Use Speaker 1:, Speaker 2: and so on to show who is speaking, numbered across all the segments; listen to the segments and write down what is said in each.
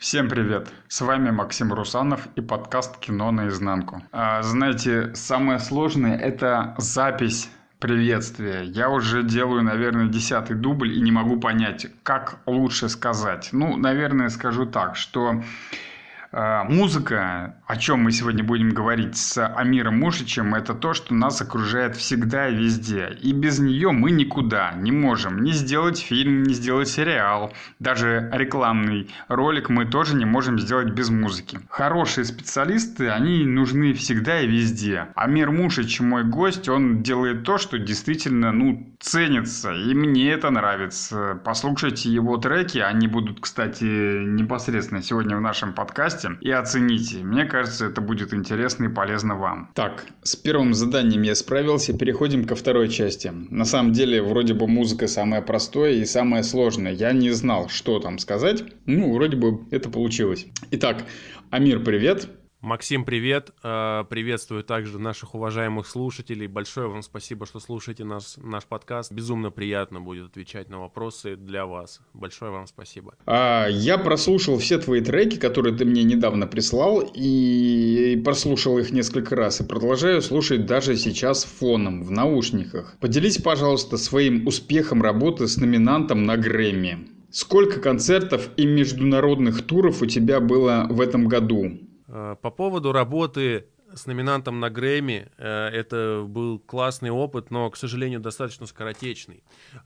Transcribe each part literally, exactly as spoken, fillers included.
Speaker 1: Всем привет! С вами Максим Русанов и подкаст «Кино наизнанку». А, знаете, самое сложное – это запись приветствия. Я уже делаю, наверное, десятый дубль и не могу понять, как лучше сказать. Ну, наверное, скажу так, что э, музыка, о чем мы сегодня будем говорить с Амиром Мушичем, это то, что нас окружает всегда и везде. И без нее мы никуда не можем ни сделать фильм, ни сделать сериал. Даже рекламный ролик мы тоже не можем сделать без музыки. Хорошие специалисты, они нужны всегда и везде. Амир Мушич, мой гость, он делает то, что действительно, ну, ценится. И мне это нравится. Послушайте его треки, они будут, кстати, непосредственно сегодня в нашем подкасте. И оцените. Мне кажется, это будет интересно и полезно вам. Так, с первым заданием я справился. Переходим ко второй части. На самом деле, вроде бы музыка самая простая и самая сложная. Я не знал, что там сказать. Ну, вроде бы это получилось. Итак, Амир, привет.
Speaker 2: Максим, привет. Приветствую также наших уважаемых слушателей. Большое вам спасибо, что слушаете нас, наш подкаст. Безумно приятно будет отвечать на вопросы для вас. Большое вам спасибо.
Speaker 1: А, я прослушал все твои треки, которые ты мне недавно прислал, и прослушал их несколько раз, и продолжаю слушать даже сейчас фоном, в наушниках. Поделись, пожалуйста, своим успехом работы с номинантом на Грэмми. Сколько концертов и международных туров у тебя было в этом году?
Speaker 2: По поводу работы с номинантом на Грэмми, это был классный опыт, но, к сожалению, достаточно скоротечный.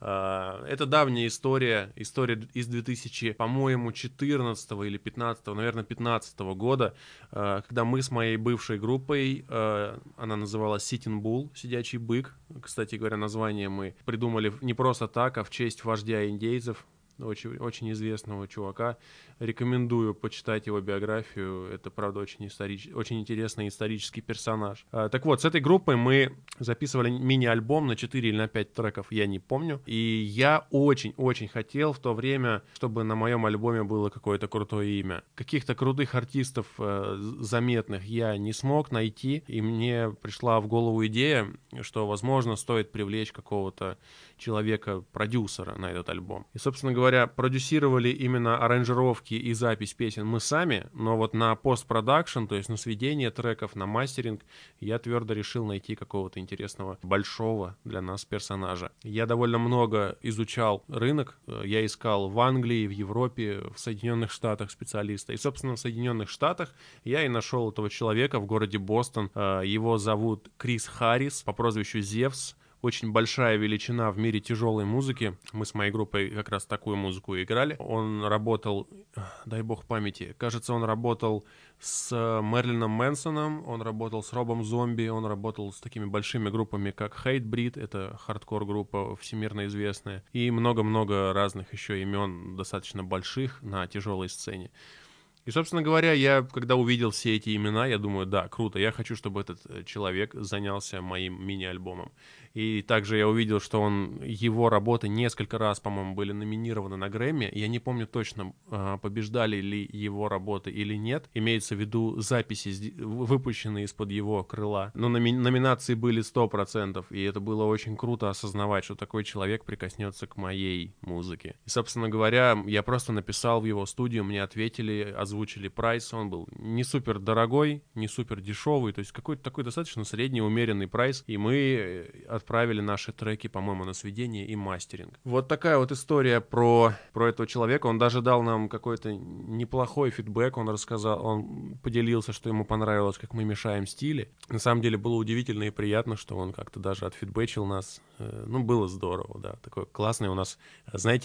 Speaker 2: Это давняя история, история из две тысячи, по-моему, четырнадцатого или пятнадцатого, наверное, пятнадцатого года, когда мы с моей бывшей группой, она называлась Sitting Bull, сидячий бык, кстати говоря, название мы придумали не просто так, а в честь вождя индейцев, Очень, очень известного чувака. Рекомендую почитать его биографию. Это, правда, очень, историч... очень интересный исторический персонаж. А, так вот, с этой группой мы записывали мини-альбом на четыре или на пять треков, я не помню. И я очень-очень хотел в то время, чтобы на моем альбоме было какое-то крутое имя. Каких-то крутых артистов э, заметных я не смог найти. И мне пришла в голову идея, что, возможно, стоит привлечь какого-то человека-продюсера на этот альбом. И, собственно говоря, продюсировали именно аранжировки и запись песен мы сами, но вот на постпродакшн, то есть на сведение треков, на мастеринг, я твердо решил найти какого-то интересного, большого для нас персонажа. Я довольно много изучал рынок, я искал в Англии, в Европе, в Соединенных Штатах специалиста. И, собственно, в Соединенных Штатах я и нашел этого человека в городе Бостон. Его зовут Крис Харрис, по прозвищу Зевс. Очень большая величина в мире тяжелой музыки. Мы с моей группой как раз такую музыку играли. Он работал, дай бог памяти, кажется, он работал с Мэрилином Мэнсоном, он работал с Робом Зомби, он работал с такими большими группами, как Hatebreed, это хардкор-группа всемирно известная, и много-много разных еще имен, достаточно больших на тяжелой сцене. И, собственно говоря, я, когда увидел все эти имена, я думаю, да, круто, я хочу, чтобы этот человек занялся моим мини-альбомом. И также я увидел, что он, его работы несколько раз, по-моему, были номинированы на Грэмми. Я не помню точно, побеждали ли его работы или нет. Имеется в виду записи, выпущенные из-под его крыла. Но номи- номинации были сто процентов, и это было очень круто осознавать, что такой человек прикоснется к моей музыке. И, собственно говоря, я просто написал в его студию, мне ответили, озвучили прайс. Он был не супер дорогой, не супер дешевый, то есть какой-то такой достаточно средний, умеренный прайс. И мы отправили наши треки, по-моему, на сведение и мастеринг. Вот такая вот история про, про этого человека. Он даже дал нам какой-то неплохой фидбэк. Он рассказал, он поделился, что ему понравилось, как мы мешаем стили. На самом деле было удивительно и приятно, что он как-то даже отфидбэчил нас. Ну, было здорово, да. Такой классный у нас, знаете,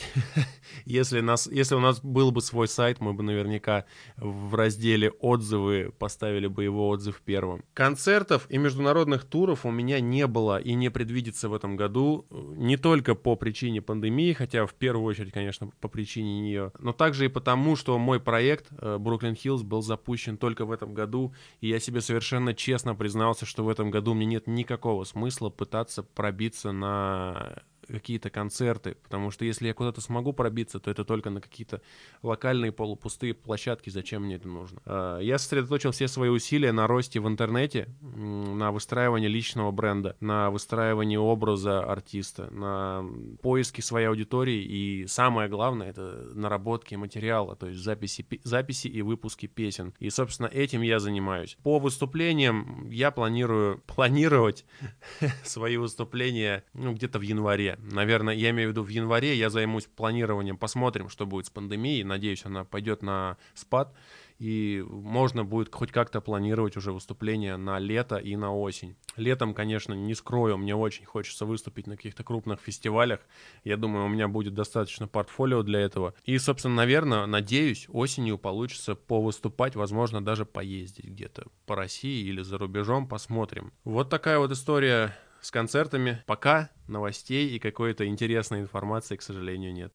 Speaker 2: если, нас, если у нас был бы свой сайт, мы бы наверняка в разделе «Отзывы» поставили бы его отзыв первым. Концертов и международных туров у меня не было и не предвидится в этом году, не только по причине пандемии, хотя в первую очередь, конечно, по причине нее, но также и потому, что мой проект Brooklyn Hills был запущен только в этом году, и я себе совершенно честно признался, что в этом году мне нет никакого смысла пытаться пробиться на какие-то концерты, потому что если я куда-то смогу пробиться, то это только на какие-то локальные полупустые площадки, зачем мне это нужно. Я сосредоточил все свои усилия на росте в интернете, на выстраивании личного бренда, на выстраивании образа артиста, на поиске своей аудитории и самое главное — это наработки материала, то есть записи, записи и выпуски песен. И, собственно, этим я занимаюсь. По выступлениям я планирую планировать свои выступления ну, где-то в январе. Наверное, я имею в виду в январе я займусь планированием, посмотрим, что будет с пандемией. Надеюсь, она пойдет на спад. И можно будет хоть как-то планировать уже выступления на лето и на осень. Летом, конечно, не скрою, мне очень хочется выступить на каких-то крупных фестивалях. Я думаю, у меня будет достаточно портфолио для этого. И, собственно, наверное, надеюсь, осенью получится повыступать, возможно, даже поездить где-то по России или за рубежом, посмотрим. Вот такая вот история с концертами. Пока новостей и какой-то интересной информации, к сожалению, нет.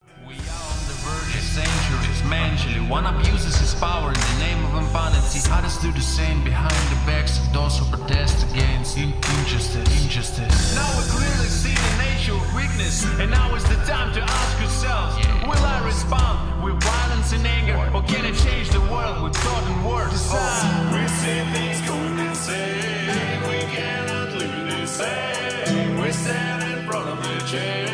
Speaker 2: Centuries, one abuses his power in the name of impunity. Others do the same behind the backs of those who protest against injustice. Injustice. Now we clearly see the nature of weakness, and now is the time to ask yourselves: will I respond with violence and anger, or can I change the world with thought and words? Oh, we see things going insane. We cannot live the same. We stand in front of the change.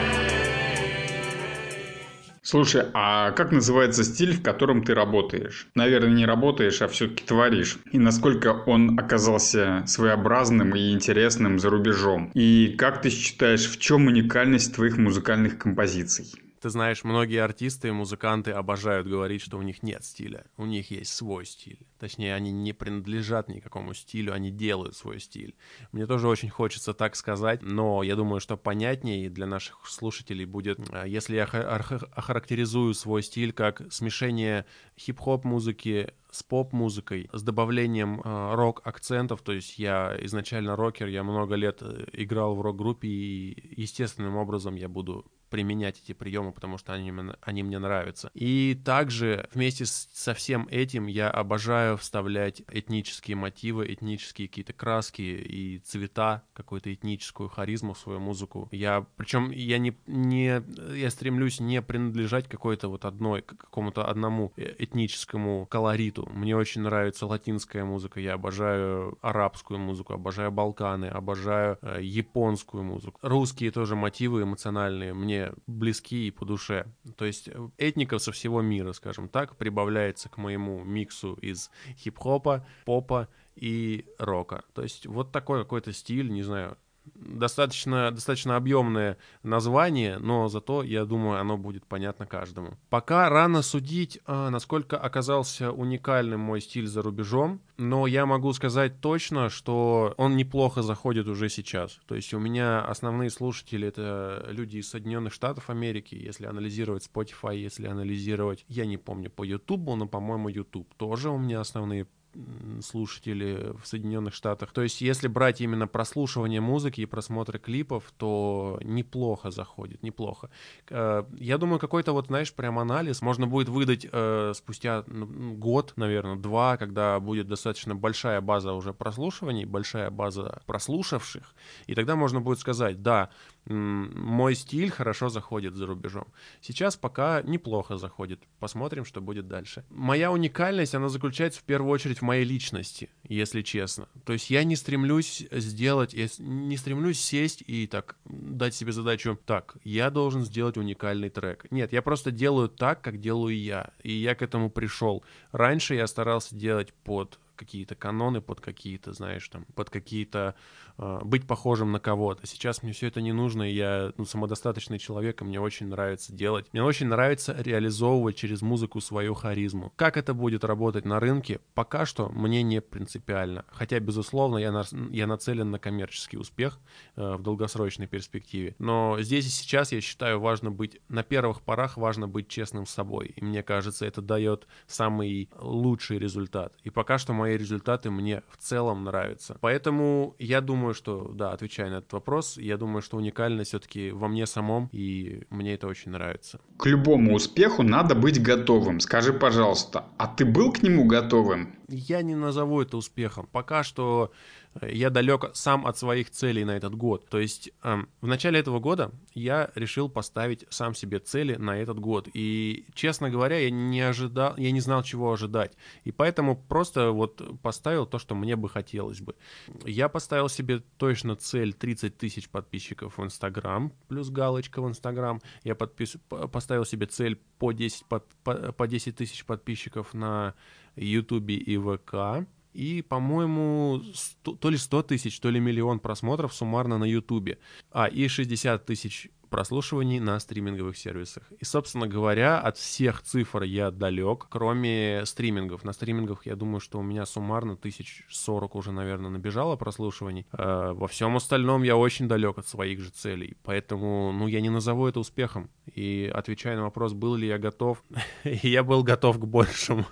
Speaker 1: Слушай, а как называется стиль, в котором ты работаешь? Наверное, не работаешь, а все-таки творишь. И насколько он оказался своеобразным и интересным за рубежом? И как ты считаешь, в чем уникальность твоих музыкальных композиций?
Speaker 2: Ты знаешь, многие артисты и музыканты обожают говорить, что у них нет стиля. У них есть свой стиль. Точнее, они не принадлежат никакому стилю, они делают свой стиль. Мне тоже очень хочется так сказать, но я думаю, что понятнее для наших слушателей будет, если я охарактеризую свой стиль как смешение хип-хоп музыки с поп-музыкой, с добавлением э, рок-акцентов. То есть я изначально рокер, я много лет играл в рок-группе, и естественным образом я буду применять эти приемы, потому что они, они мне нравятся. И также вместе с, со всем этим я обожаю вставлять этнические мотивы, этнические какие-то краски и цвета, какую-то этническую харизму в свою музыку. Я, причем я не, не я стремлюсь не принадлежать какой-то вот одной, какому-то одному этническому колориту. Мне очень нравится латинская музыка, я обожаю арабскую музыку, обожаю Балканы, обожаю э, японскую музыку. Русские тоже мотивы эмоциональные мне близки и по душе. То есть этников со всего мира, скажем так, прибавляется к моему миксу из хип-хопа, попа и рока. То есть вот такой какой-то стиль, не знаю, Достаточно, достаточно объемное название, но зато, я думаю, оно будет понятно каждому. Пока рано судить, насколько оказался уникальным мой стиль за рубежом, но я могу сказать точно, что он неплохо заходит уже сейчас. То есть у меня основные слушатели — это люди из Соединенных Штатов Америки, если анализировать Spotify, если анализировать, я не помню, по YouTube, но, по-моему, YouTube тоже у меня основные слушатели в Соединенных Штатах. То есть, если брать именно прослушивание музыки и просмотры клипов, то неплохо заходит, неплохо. Я думаю, какой-то вот, знаешь, прям анализ можно будет выдать э, спустя год, наверное, два, когда будет достаточно большая база уже прослушиваний, большая база прослушавших, и тогда можно будет сказать: да, мой стиль хорошо заходит за рубежом. Сейчас пока неплохо заходит. Посмотрим, что будет дальше. Моя уникальность, она заключается в первую очередь в моей личности, если честно. То есть я не стремлюсь сделать, я не стремлюсь сесть и так дать себе задачу: так, я должен сделать уникальный трек. Нет, я просто делаю так, как делаю я. И я к этому пришел. Раньше я старался делать под какие-то каноны, под какие-то, знаешь, там, под какие-то, э, быть похожим на кого-то. Сейчас мне все это не нужно, и я, ну, самодостаточный человек, и мне очень нравится делать. Мне очень нравится реализовывать через музыку свою харизму. Как это будет работать на рынке, пока что мне не принципиально. Хотя, безусловно, я, на, я нацелен на коммерческий успех э, в долгосрочной перспективе. Но здесь и сейчас, я считаю, важно быть, на первых порах важно быть честным с собой. И мне кажется, это дает самый лучший результат. И пока что мои результаты мне в целом нравятся. Поэтому я думаю, что, да, отвечая на этот вопрос, я думаю, что уникальность все-таки во мне самом, и мне это очень нравится.
Speaker 1: К любому успеху надо быть готовым. Скажи, пожалуйста, а ты был к нему готовым?
Speaker 2: Я не назову это успехом. Пока что я далек сам от своих целей на этот год. То есть э, в начале этого года я решил поставить сам себе цели на этот год. И, честно говоря, я не ожидал, я не знал, чего ожидать. И поэтому просто вот поставил то, что мне бы хотелось бы. Я поставил себе точно цель тридцать тысяч подписчиков в Инстаграм, плюс галочка в Инстаграм. Я подпис... поставил себе цель по десять, под... по десять тысяч подписчиков на Ютубе и ВК. И, по-моему, сто, то ли сто тысяч, то ли миллион просмотров суммарно на Ютубе. А, и шестьдесят тысяч прослушиваний на стриминговых сервисах. И, собственно говоря, от всех цифр я далек, кроме стримингов. На стримингах, я думаю, что у меня суммарно тысяч сорок уже, наверное, набежало прослушиваний. А во всем остальном я очень далек от своих же целей. Поэтому, ну, я не назову это успехом. И отвечая на вопрос, был ли я готов, я был готов к большему.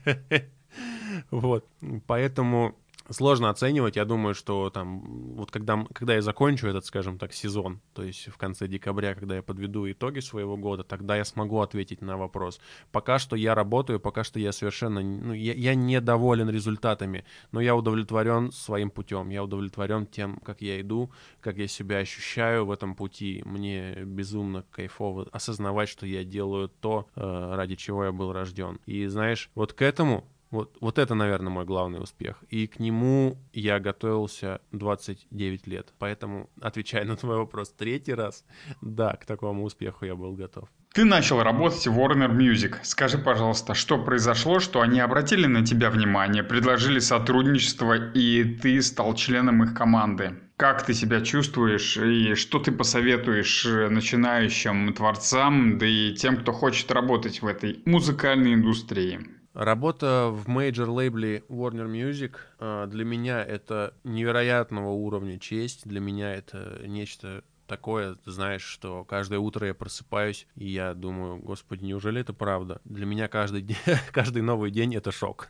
Speaker 2: Вот, поэтому сложно оценивать. Я думаю, что там, вот когда, когда я закончу этот, скажем так, сезон, то есть в конце декабря, когда я подведу итоги своего года, тогда я смогу ответить на вопрос. Пока что я работаю, пока что я совершенно, ну, я, я недоволен результатами, но я удовлетворен своим путем, я удовлетворен тем, как я иду, как я себя ощущаю в этом пути. Мне безумно кайфово осознавать, что я делаю то, ради чего я был рожден. И знаешь, вот к этому Вот, вот это, наверное, мой главный успех. И к нему я готовился двадцать девять лет. Поэтому, отвечая на твой вопрос третий раз, да, к такому успеху я был готов.
Speaker 1: Ты начал работать в Warner Music. Скажи, пожалуйста, что произошло, что они обратили на тебя внимание, предложили сотрудничество, и ты стал членом их команды? Как ты себя чувствуешь и что ты посоветуешь начинающим творцам, да и тем, кто хочет работать в этой музыкальной индустрии?
Speaker 2: Работа в мейджор-лейбле Warner Music для меня это невероятного уровня честь, для меня это нечто такое, ты знаешь, что каждое утро я просыпаюсь, и я думаю, господи, неужели это правда? Для меня каждый день, каждый новый день — это шок.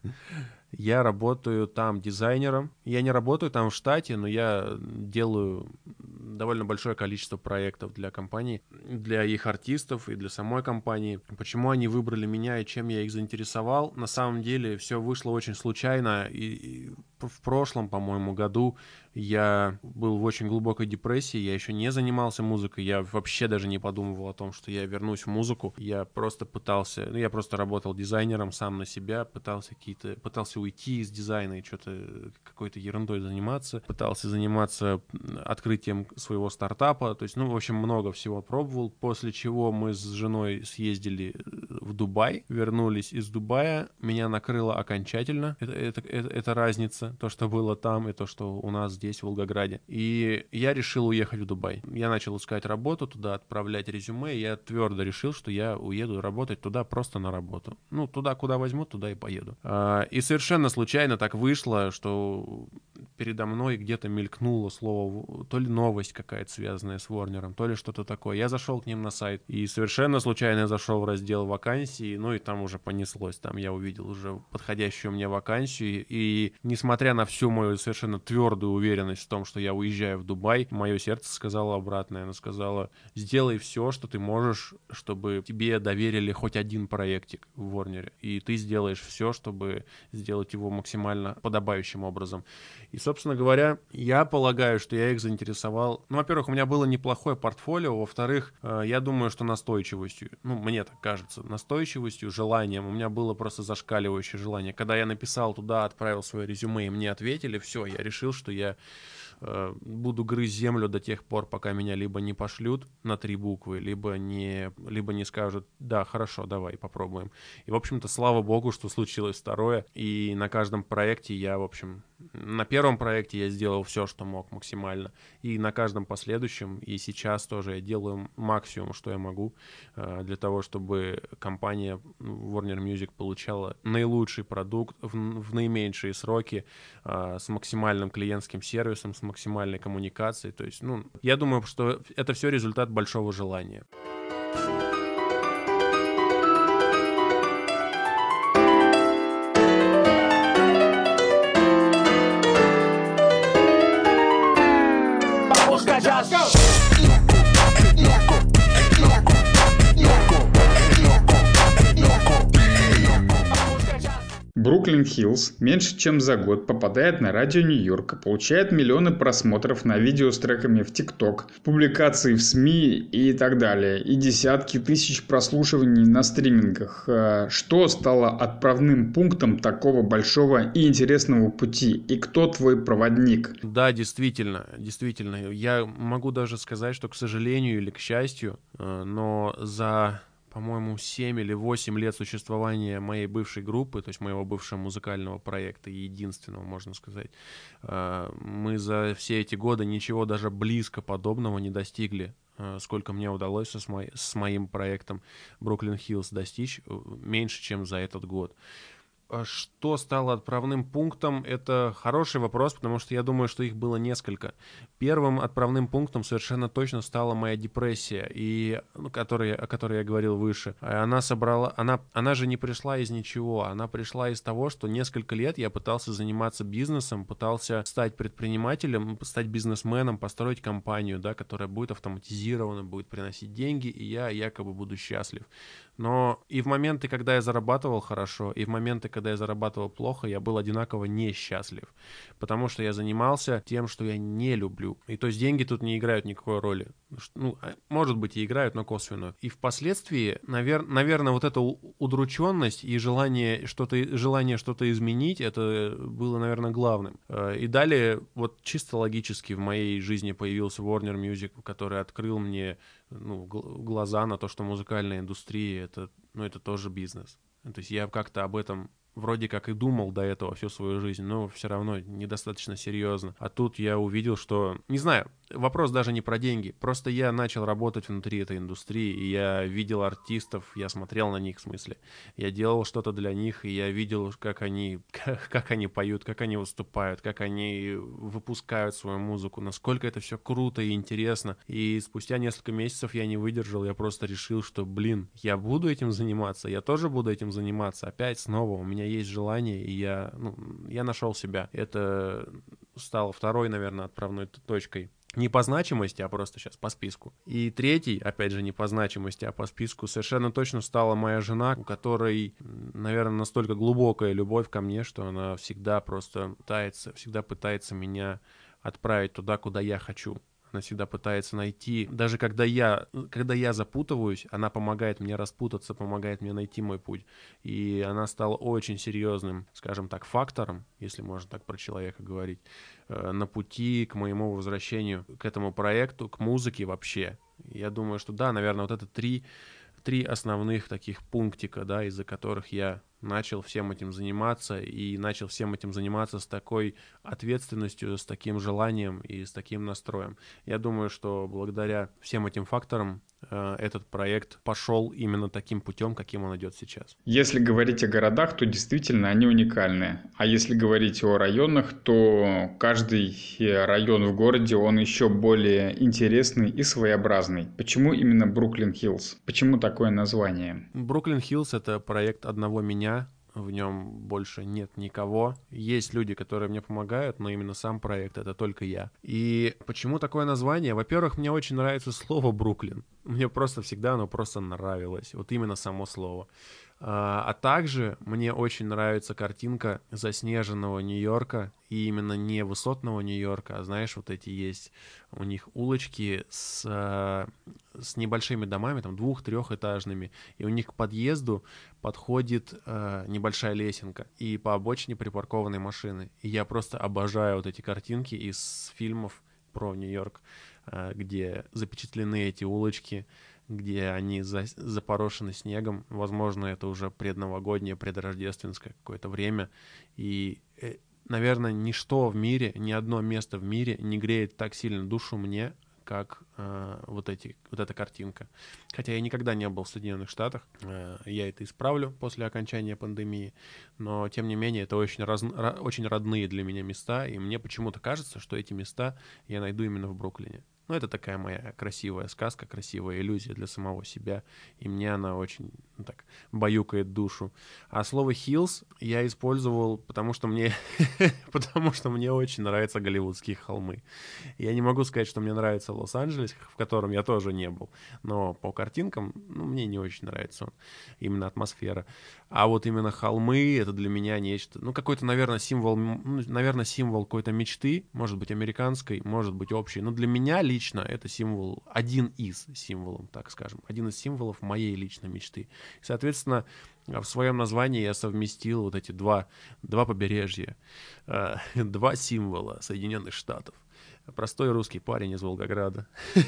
Speaker 2: Я работаю там дизайнером. Я не работаю там в штате, но я делаю довольно большое количество проектов для компаний, для их артистов и для самой компании. Почему они выбрали меня и чем я их заинтересовал? На самом деле все вышло очень случайно. И, и в прошлом, по-моему, году я был в очень глубокой депрессии, я еще не занимался музыкой, я вообще даже не подумывал о том, что я вернусь в музыку. Я просто пытался, ну, я просто работал дизайнером сам на себя, пытался какие-то, пытался уйти из дизайна и что-то какой-то ерундой заниматься, пытался заниматься открытием своего стартапа, то есть, ну, в общем, много всего пробовал, после чего мы с женой съездили в Дубай, вернулись из Дубая, меня накрыло окончательно, это, это, это, это разница, то, что было там, и то, что у нас здесь, в Волгограде. И я решил уехать в Дубай. Я начал искать работу, туда отправлять резюме, и я твердо решил, что я уеду работать туда просто на работу. Ну, туда, куда возьму, туда и поеду. И совершенно случайно так вышло, что передо мной где-то мелькнуло слово, то ли новость какая-то, связанная с Warner, то ли что-то такое. Я зашел к ним на сайт, и совершенно случайно зашел в раздел вакансий, ну и там уже понеслось. Там я увидел уже подходящую мне вакансию, и несмотря на всю мою совершенно твердую уверенность в том, что я уезжаю в Дубай, мое сердце сказало обратное. Оно сказало: сделай все, что ты можешь, чтобы тебе доверили хоть один проектик в Warner, и ты сделаешь все, чтобы сделать его максимально подобающим образом. И, собственно говоря, я полагаю, что я их заинтересовал. Ну, во-первых, у меня было неплохое портфолио, во-вторых, я думаю, что настойчивостью, ну, мне так кажется, настойчивостью, желанием. У меня было просто зашкаливающее желание. Когда я написал туда, отправил свое резюме, и мне ответили, все, я решил, что я э, буду грызть землю до тех пор, пока меня либо не пошлют на три буквы, либо не, либо не скажут: да, хорошо, давай, попробуем. И, в общем-то, слава богу, что случилось второе. И на каждом проекте я, в общем, на первом проекте я сделал все, что мог максимально. И на каждом последующем, и сейчас тоже я делаю максимум, что я могу, э, для того, чтобы компания Warner Music получала наилучший продукт в, в наименьшие сроки, э, с максимальным клиентским сервисом, с максимальной коммуникацией. То есть, ну, я думаю, что это все результат большого желания.
Speaker 1: Бруклин Хиллз меньше чем за год попадает на радио Нью-Йорка, получает миллионы просмотров на видео с треками в ТикТок, публикации в СМИ и так далее, и десятки тысяч прослушиваний на стримингах. Что стало отправным пунктом такого большого и интересного пути? И кто твой проводник?
Speaker 2: Да, действительно, действительно. Я могу даже сказать, что, к сожалению или к счастью, но за, по-моему, семь или восемь лет существования моей бывшей группы, то есть моего бывшего музыкального проекта, единственного, можно сказать, мы за все эти годы ничего даже близко подобного не достигли, сколько мне удалось с, мо- с моим проектом Brooklyn Hills достичь, меньше, чем за этот год. Что стало отправным пунктом? Это хороший вопрос, потому что я думаю, что их было несколько. Первым отправным пунктом совершенно точно стала моя депрессия, и, ну, которой, о которой я говорил выше. Она собрала, она, она же не пришла из ничего, она пришла из того, что несколько лет я пытался заниматься бизнесом, пытался стать предпринимателем, стать бизнесменом, построить компанию, да, которая будет автоматизирована, будет приносить деньги, и я якобы буду счастлив. Но и в моменты, когда я зарабатывал хорошо, и в моменты, когда я зарабатывал плохо, я был одинаково несчастлив. Потому что я занимался тем, что я не люблю. И то есть деньги тут не играют никакой роли. Ну, может быть, и играют, но косвенно. И впоследствии, навер... наверное, вот эта удрученность и желание что-то, желание что-то изменить, это было, наверное, главным. И далее, вот чисто логически в моей жизни появился Warner Music, который открыл мне, ну, глаза на то, что музыкальная индустрия это, ну, это тоже бизнес. То есть я как-то об этом вроде как и думал до этого всю свою жизнь, но все равно недостаточно серьезно. А тут я увидел, что... Не знаю, вопрос даже не про деньги. Просто я начал работать внутри этой индустрии, и я видел артистов, я смотрел на них, в смысле. Я делал что-то для них, и я видел, как они, как, как они поют, как они выступают, как они выпускают свою музыку, насколько это все круто и интересно. И спустя несколько месяцев я не выдержал, я просто решил, что, блин, я буду этим заниматься, я тоже буду этим заниматься. Опять снова у меня есть желание, и я, ну, я нашел себя. Это стало второй, наверное, отправной точкой. Не по значимости, а просто сейчас по списку. И третий, опять же, не по значимости, а по списку, совершенно точно стала моя жена, у которой, наверное, настолько глубокая любовь ко мне, что она всегда просто пытается, всегда пытается меня отправить туда, куда я хочу. Она всегда пытается найти, даже когда я, когда я запутываюсь, она помогает мне распутаться, помогает мне найти мой путь. И она стала очень серьезным, скажем так, фактором, если можно так про человека говорить, на пути к моему возвращению к этому проекту, к музыке вообще. Я думаю, что да, наверное, вот это три, три основных таких пунктика, да, из-за которых я начал всем этим заниматься и начал всем этим заниматься с такой ответственностью, с таким желанием и с таким настроем. Я думаю, что благодаря всем этим факторам э, этот проект пошел именно таким путем, каким он идет сейчас.
Speaker 1: Если говорить о городах, то действительно они уникальны. А если говорить о районах, то каждый район в городе, он еще более интересный и своеобразный. Почему именно Бруклин Хиллз? Почему такое название?
Speaker 2: Бруклин Хиллз — это проект одного меня. В нем больше нет никого. Есть люди, которые мне помогают, но именно сам проект — это только я. И почему такое название? Во-первых, мне очень нравится слово «Бруклин». Мне просто всегда оно просто нравилось. Вот именно само слово. А, а также мне очень нравится картинка заснеженного Нью-Йорка, и именно не высотного Нью-Йорка, а знаешь, вот эти есть у них улочки с, с небольшими домами, там двух-трехэтажными, и у них к подъезду подходит э, небольшая лесенка, и по обочине припаркованы машины. И я просто обожаю вот эти картинки из фильмов про Нью-Йорк, э, где запечатлены эти улочки, где они за, запорошены снегом. Возможно, это уже предновогоднее, предрождественское какое-то время. И, э, наверное, ничто в мире, ни одно место в мире не греет так сильно душу мне, как э, вот, эти, вот эта картинка. Хотя я никогда не был в Соединенных Штатах, э, я это исправлю после окончания пандемии, но, тем не менее, это очень, раз, очень родные для меня места, и мне почему-то кажется, что эти места я найду именно в Бруклине. Ну, это такая моя красивая сказка, красивая иллюзия для самого себя, и мне она очень, ну, так, баюкает душу. А слово «hills» я использовал, потому что мне, потому что мне очень нравятся голливудские холмы. Я не могу сказать, что мне нравится Лос-Анджелес, в котором я тоже не был, но по картинкам, ну, мне не очень нравится он, именно атмосфера. А вот именно холмы — это для меня нечто, ну, какой-то, наверное, символ, ну, наверное, символ какой-то мечты, может быть, американской, может быть, общей, но для меня лично это символ, один из символов, так скажем, один из символов моей личной мечты. И, соответственно, в своем названии я совместил вот эти два, два побережья, э, два символа Соединенных Штатов. Простой русский парень из Волгограда.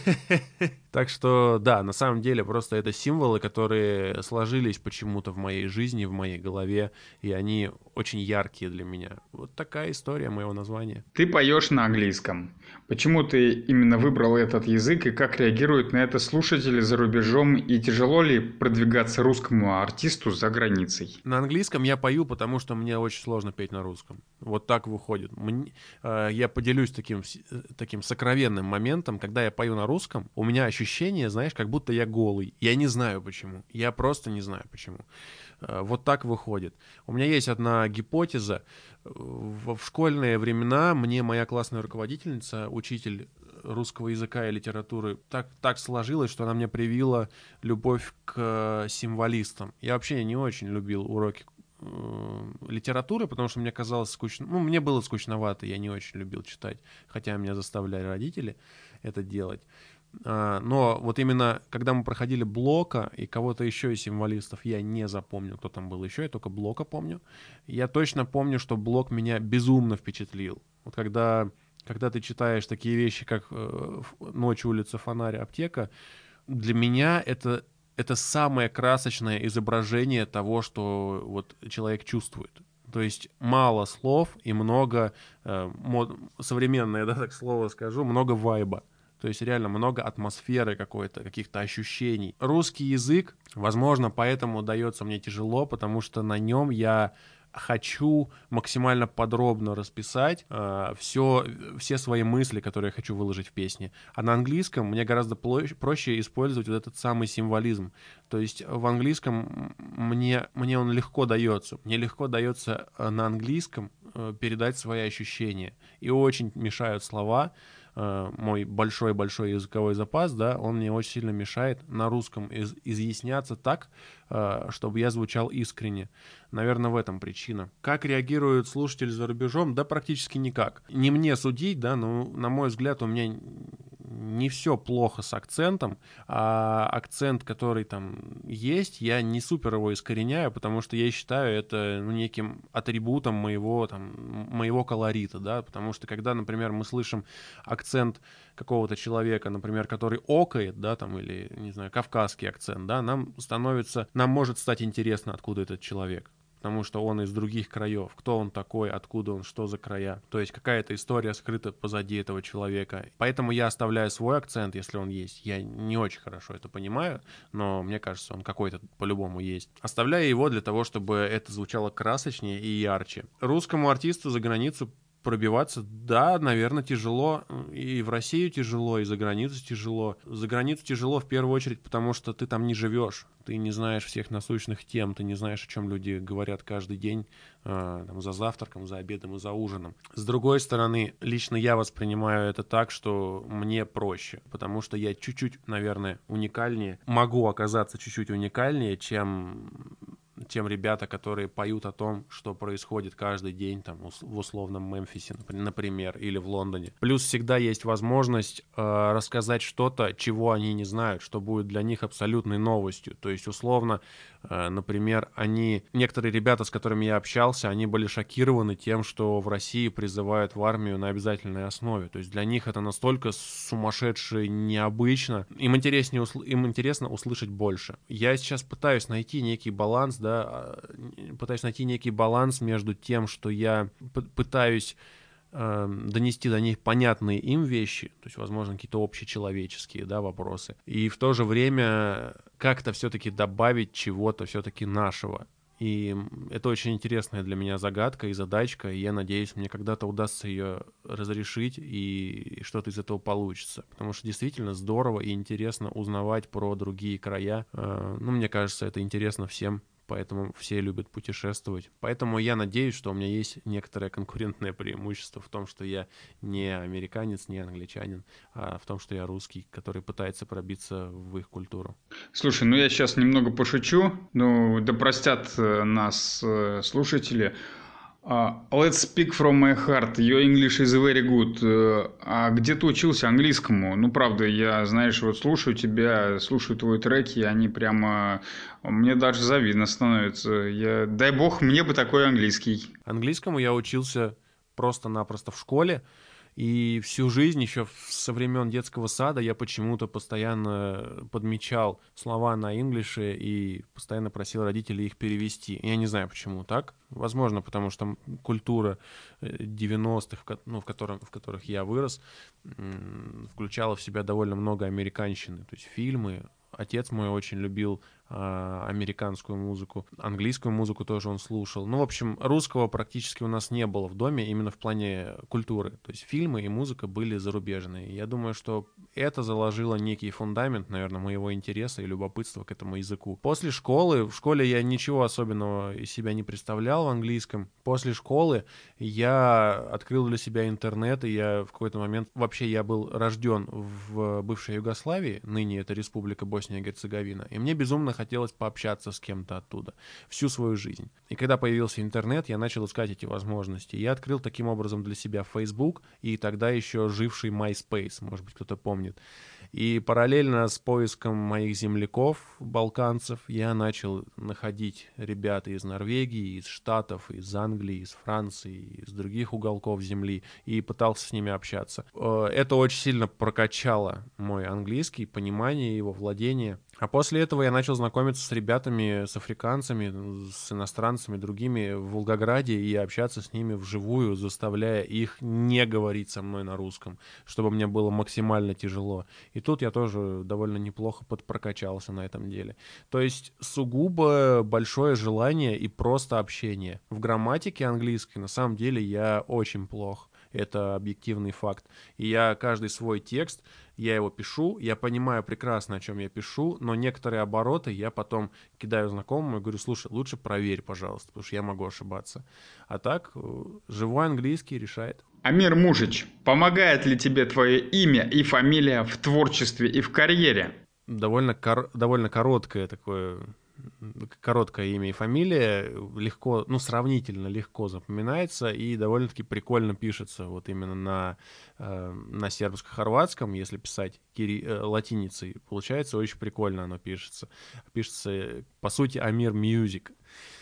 Speaker 2: Так что, да, на самом деле просто это символы, которые сложились почему-то в моей жизни, в моей голове, и они очень яркие для меня. Вот такая история моего названия.
Speaker 1: Ты поешь на английском. Почему ты именно выбрал этот язык и как реагируют на это слушатели за рубежом, и тяжело ли продвигаться русскому артисту за границей?
Speaker 2: На английском я пою, потому что мне очень сложно петь на русском. Вот так выходит. Мне, э, я поделюсь таким, таким сокровенным моментом, когда я пою на русском, у меня ощущение, знаешь, как будто я голый. Я не знаю почему. Я просто не знаю почему. Э, вот так выходит. У меня есть одна гипотеза. В, в школьные времена мне моя классная руководительница, учитель русского языка и литературы, так, так сложилось, что она мне привила любовь к символистам. Я вообще не очень любил уроки э, литературы, потому что мне казалось скучно. Ну, мне было скучновато, я не очень любил читать, хотя меня заставляли родители это делать. А, но вот именно, когда мы проходили Блока и кого-то еще из символистов, я не запомнил, кто там был еще, я только Блока помню. Я точно помню, что Блок меня безумно впечатлил. Вот когда... Когда ты читаешь такие вещи, как э, «Ночь, улица, фонарь, аптека», для меня это, это самое красочное изображение того, что вот человек чувствует. То есть мало слов и много, э, мод, современное, да, так слово скажу, много вайба. То есть реально много атмосферы какой-то, каких-то ощущений. Русский язык, возможно, поэтому дается мне тяжело, потому что на нем я хочу максимально подробно расписать э, все, все свои мысли, которые я хочу выложить в песне. А на английском мне гораздо пло- проще использовать вот этот самый символизм. То есть в английском мне, мне он легко дается. Мне легко дается на английском э, передать свои ощущения. И очень мешают слова. Uh, мой большой-большой языковой запас, да, он мне очень сильно мешает на русском из- изъясняться так, uh, чтобы я звучал искренне. Наверное, в этом причина. Как реагируют слушатели за рубежом? Да практически никак. Не мне судить, да, но, на мой взгляд, у меня не все плохо с акцентом, а акцент, который там есть, я не супер его искореняю, потому что я считаю это, ну, неким атрибутом моего, там, моего колорита, да, потому что когда, например, мы слышим акцент какого-то человека, например, который окает, да, там, или, не знаю, кавказский акцент, да, нам становится, нам может стать интересно, откуда этот человек. Потому что он из других краев. Кто он такой, откуда он, что за края. То есть какая-то история скрыта позади этого человека. Поэтому я оставляю свой акцент, если он есть. Я не очень хорошо это понимаю, но мне кажется, он какой-то по-любому есть. Оставляю его для того, чтобы это звучало красочнее и ярче. Русскому артисту за границу пробиваться, да, наверное, тяжело. И в Россию тяжело, и за границу тяжело. За границу тяжело в первую очередь, потому что ты там не живешь. Ты не знаешь всех насущных тем, ты не знаешь, о чем люди говорят каждый день, э, там, за завтраком, за обедом и за ужином. С другой стороны, лично я воспринимаю это так, что мне проще, потому что я чуть-чуть, наверное, уникальнее, могу оказаться чуть-чуть уникальнее, чем... чем ребята, которые поют о том, что происходит каждый день там в условном Мемфисе, например, или в Лондоне. Плюс всегда есть возможность э, рассказать что-то, чего они не знают, что будет для них абсолютной новостью. То есть, условно, э, например, они, некоторые ребята, с которыми я общался, они были шокированы тем, что в России призывают в армию на обязательной основе. То есть для них это настолько сумасшедше необычно. Им интереснее, им интересно услышать больше. Я сейчас пытаюсь найти некий баланс, да, пытаюсь найти некий баланс между тем, что я пытаюсь э, донести до них понятные им вещи, то есть, возможно, какие-то общечеловеческие, да, вопросы, и в то же время как-то все-таки добавить чего-то все-таки нашего. И это очень интересная для меня загадка и задачка, и я надеюсь, мне когда-то удастся ее разрешить, и что-то из этого получится. Потому что действительно здорово и интересно узнавать про другие края. Э, Ну, мне кажется, это интересно всем. Поэтому все любят путешествовать. Поэтому я надеюсь, что у меня есть некоторое конкурентное преимущество в том, что я не американец, не англичанин, а в том, что я русский, который пытается пробиться в их культуру.
Speaker 1: Слушай, ну я сейчас немного пошучу, ну да простят э, нас э, слушатели. А, let's speak from my heart. Your English is very good. Э, А где ты учился английскому? Ну, правда, я, знаешь, вот слушаю тебя, слушаю твои треки, и они прямо... Мне даже завидно становится. Я... Дай бог, мне бы такой английский.
Speaker 2: Английскому я учился просто-напросто в школе, и всю жизнь, еще со времен детского сада, я почему-то постоянно подмечал слова на инглише и постоянно просил родителей их перевести. Я не знаю, почему так. Возможно, потому что культура девяностых, в ко- ну, в, котором, в которых я вырос, м, включала в себя довольно много американщины. То есть фильмы. Отец мой очень любил а, американскую музыку, английскую музыку тоже он слушал. Ну, в общем, русского практически у нас не было в доме именно в плане культуры. То есть фильмы и музыка были зарубежные. Я думаю, что это заложило некий фундамент, наверное, моего интереса и любопытства к этому языку. После школы, в школе я ничего особенного из себя не представлял в английском. После школы я открыл для себя интернет, и я в какой-то момент... Вообще, я был рожден в бывшей Югославии, ныне это Республика Босния и Герцеговина, и мне безумно хотелось пообщаться с кем-то оттуда всю свою жизнь. И когда появился интернет, я начал искать эти возможности. Я открыл таким образом для себя Facebook и тогда еще живший MySpace, может быть, кто-то помнит. И параллельно с поиском моих земляков, балканцев, я начал находить ребят из Норвегии, из Штатов, из Англии, из Франции, из других уголков земли, и пытался с ними общаться. Э, Это очень сильно прокачало мой английский, понимание его, владение. А после этого я начал знакомиться с ребятами, с африканцами, с иностранцами, другими в Волгограде и общаться с ними вживую, заставляя их не говорить со мной на русском, чтобы мне было максимально тяжело. И тут я тоже довольно неплохо подпрокачался на этом деле. То есть сугубо большое желание и просто общение. В грамматике английской на самом деле я очень плох. Это объективный факт. И я каждый свой текст, я его пишу, я понимаю прекрасно, о чем я пишу, но некоторые обороты я потом кидаю знакомому и говорю: слушай, лучше проверь, пожалуйста, потому что я могу ошибаться. А так, э, живой английский решает.
Speaker 1: Амир Мужич, помогает ли тебе твое имя и фамилия в творчестве и в карьере?
Speaker 2: Довольно, кор- довольно короткое такое, короткое имя и фамилия, легко, ну, сравнительно легко запоминается и довольно-таки прикольно пишется вот именно на, э, на сербско-хорватском, если писать кири- э, латиницей, получается очень прикольно оно пишется. Пишется, э, по сути, Амир Мьюзик.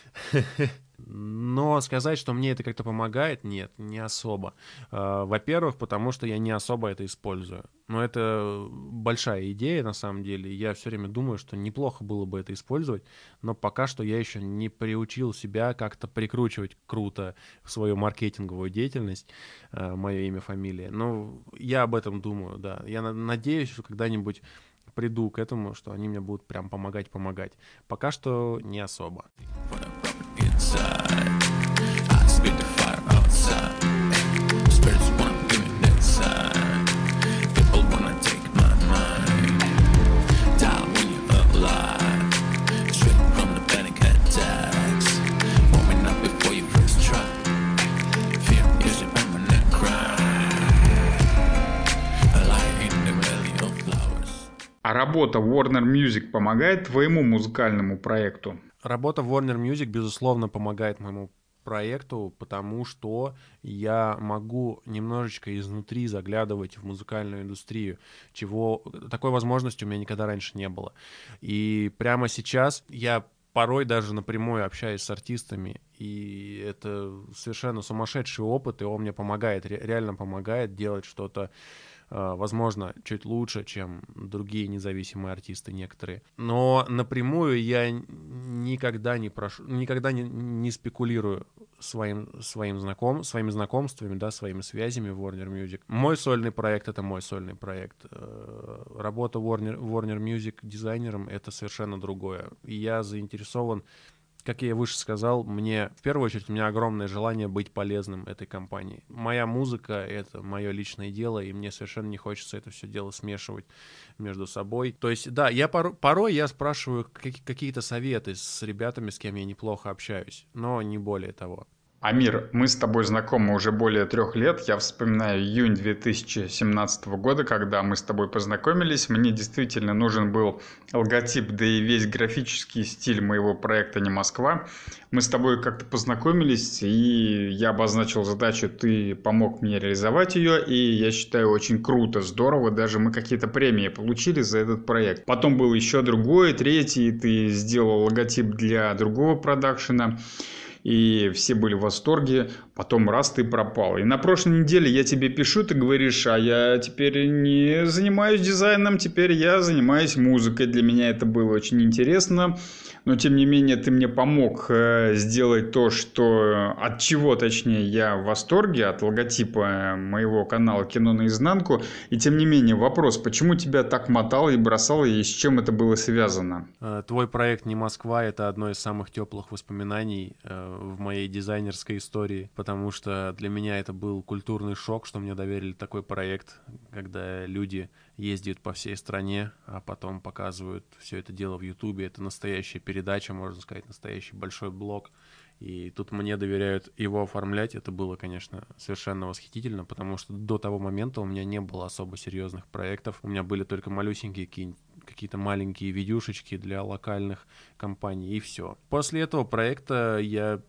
Speaker 2: Но сказать, что мне это как-то помогает, нет, не особо. Э, Во-первых, потому что я не особо это использую. Но это большая идея, на самом деле. Я все время думаю, что неплохо было бы это использовать, но пока что я еще не приучил себя как-то прикручивать круто в свою маркетинговую деятельность, э, мое имя, фамилия. Но я об этом думаю, да. Я на- надеюсь, что когда-нибудь приду к этому, что они мне будут прям помогать-помогать. Пока что не особо.
Speaker 3: Inside, I spit the fire outside. Spirits wanna give me that sign. People wanna take my mind. Dial when you're alive. Straight from the panic attacks. Warming up before you first try. Fear is a permanent crime. A lie in the belly of flowers.
Speaker 1: А работа Warner Music помогает твоему музыкальному проекту?
Speaker 2: Работа в Warner Music, безусловно, помогает моему проекту, потому что я могу немножечко изнутри заглядывать в музыкальную индустрию, чего такой возможности у меня никогда раньше не было. И прямо сейчас я порой даже напрямую общаюсь с артистами, и это совершенно сумасшедший опыт, и он мне помогает, ре- реально помогает делать что-то, э, возможно, чуть лучше, чем другие независимые артисты некоторые. Но напрямую я н- никогда не прошу, никогда не, не спекулирую своим, своим знаком, своими знакомствами, да, своими связями в Warner Music. Мой сольный проект — это мой сольный проект. Э, Работа Warner, Warner Music дизайнером — это совершенно другое. И я заинтересован как я выше сказал, мне, в первую очередь, у меня огромное желание быть полезным этой компании. Моя музыка — это мое личное дело, и мне совершенно не хочется это все дело смешивать между собой. То есть, да, я пор- порой я спрашиваю как- какие-то советы с ребятами, с кем я неплохо общаюсь, но не более того.
Speaker 1: Амир, мы с тобой знакомы уже более трех лет. Я вспоминаю июнь две тысячи семнадцатого года, когда мы с тобой познакомились. Мне действительно нужен был логотип, да и весь графический стиль моего проекта «Не Москва». Мы с тобой как-то познакомились, и я обозначил задачу, ты помог мне реализовать ее, и я считаю, очень круто, здорово. Даже мы какие-то премии получили за этот проект. Потом был еще другой, третий, ты сделал логотип для другого продакшена. И все были в восторге, потом раз ты пропал. И на прошлой неделе я тебе пишу, ты говоришь, а я теперь не занимаюсь дизайном, теперь я занимаюсь музыкой. Для меня это было очень интересно, но тем не менее ты мне помог сделать то, что от чего, точнее, я в восторге, от логотипа моего канала «Кино наизнанку». И тем не менее вопрос, почему тебя так мотало и бросало, и с чем это было связано?
Speaker 2: Твой проект «Не Москва» — это одно из самых теплых воспоминаний в моей дизайнерской истории, потому что для меня это был культурный шок, что мне доверили такой проект, когда люди ездят по всей стране, а потом показывают все это дело в Ютубе. Это настоящая передача, можно сказать, настоящий большой блог. И тут мне доверяют его оформлять. Это было, конечно, совершенно восхитительно, потому что до того момента у меня не было особо серьезных проектов. У меня были только малюсенькие какие-то маленькие видюшечки для локальных компаний, и все. После этого проекта я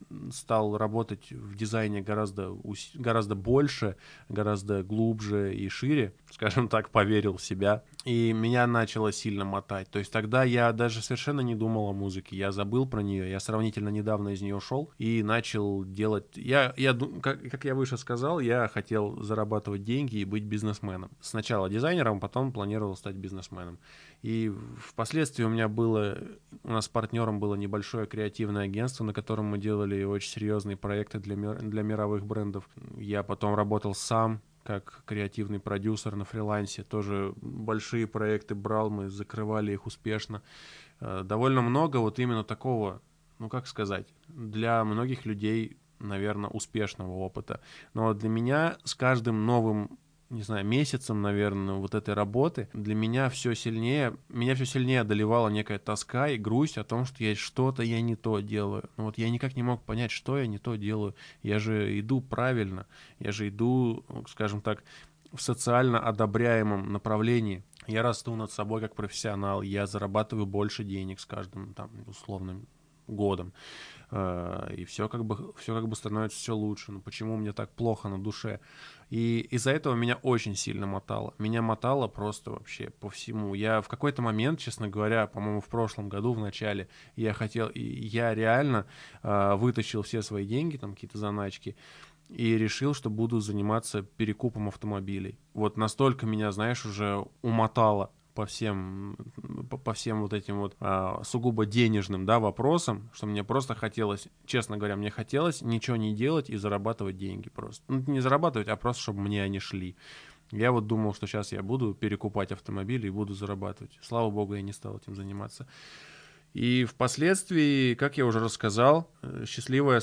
Speaker 2: стал работать в дизайне гораздо, гораздо больше, гораздо глубже и шире, скажем так, поверил в себя. И меня начало сильно мотать. То есть тогда я даже совершенно не думал о музыке. Я забыл про нее. Я сравнительно недавно из нее ушел и начал делать... Я, я, как, как я выше сказал, я хотел зарабатывать деньги и быть бизнесменом. Сначала дизайнером, потом планировал стать бизнесменом. И впоследствии у меня было... У нас с партнером было небольшое креативное агентство, на котором мы делали очень серьезные проекты для, мир, для мировых брендов. Я потом работал сам, как креативный продюсер на фрилансе, тоже большие проекты брал, мы закрывали их успешно. Довольно много вот именно такого, ну как сказать, для многих людей, наверное, успешного опыта. Но для меня с каждым новым, не знаю, месяцем, наверное, вот этой работы, для меня все сильнее, меня все сильнее одолевала некая тоска и грусть о том, что я что-то я не то делаю. Ну вот я никак не мог понять, что я не то делаю. Я же иду правильно, я же иду, скажем так, в социально одобряемом направлении. Я расту над собой как профессионал, я зарабатываю больше денег с каждым там условным годом. И все как бы, все как бы становится все лучше. Но почему мне так плохо на душе? И из-за этого меня очень сильно мотало. Меня мотало просто вообще по всему. Я в какой-то момент, честно говоря, по-моему, в прошлом году, в начале, я хотел, я реально э, вытащил все свои деньги, там какие-то заначки, и решил, что буду заниматься перекупом автомобилей. Вот настолько меня, знаешь, уже умотало по всем, по, по всем вот этим вот а, сугубо денежным, да, вопросам, что мне просто хотелось, честно говоря, мне хотелось ничего не делать и зарабатывать деньги просто. Ну, не зарабатывать, а просто, чтобы мне они шли. Я вот думал, что сейчас я буду перекупать автомобили и буду зарабатывать. Слава богу, я не стал этим заниматься. И впоследствии, как я уже рассказал, счастливая,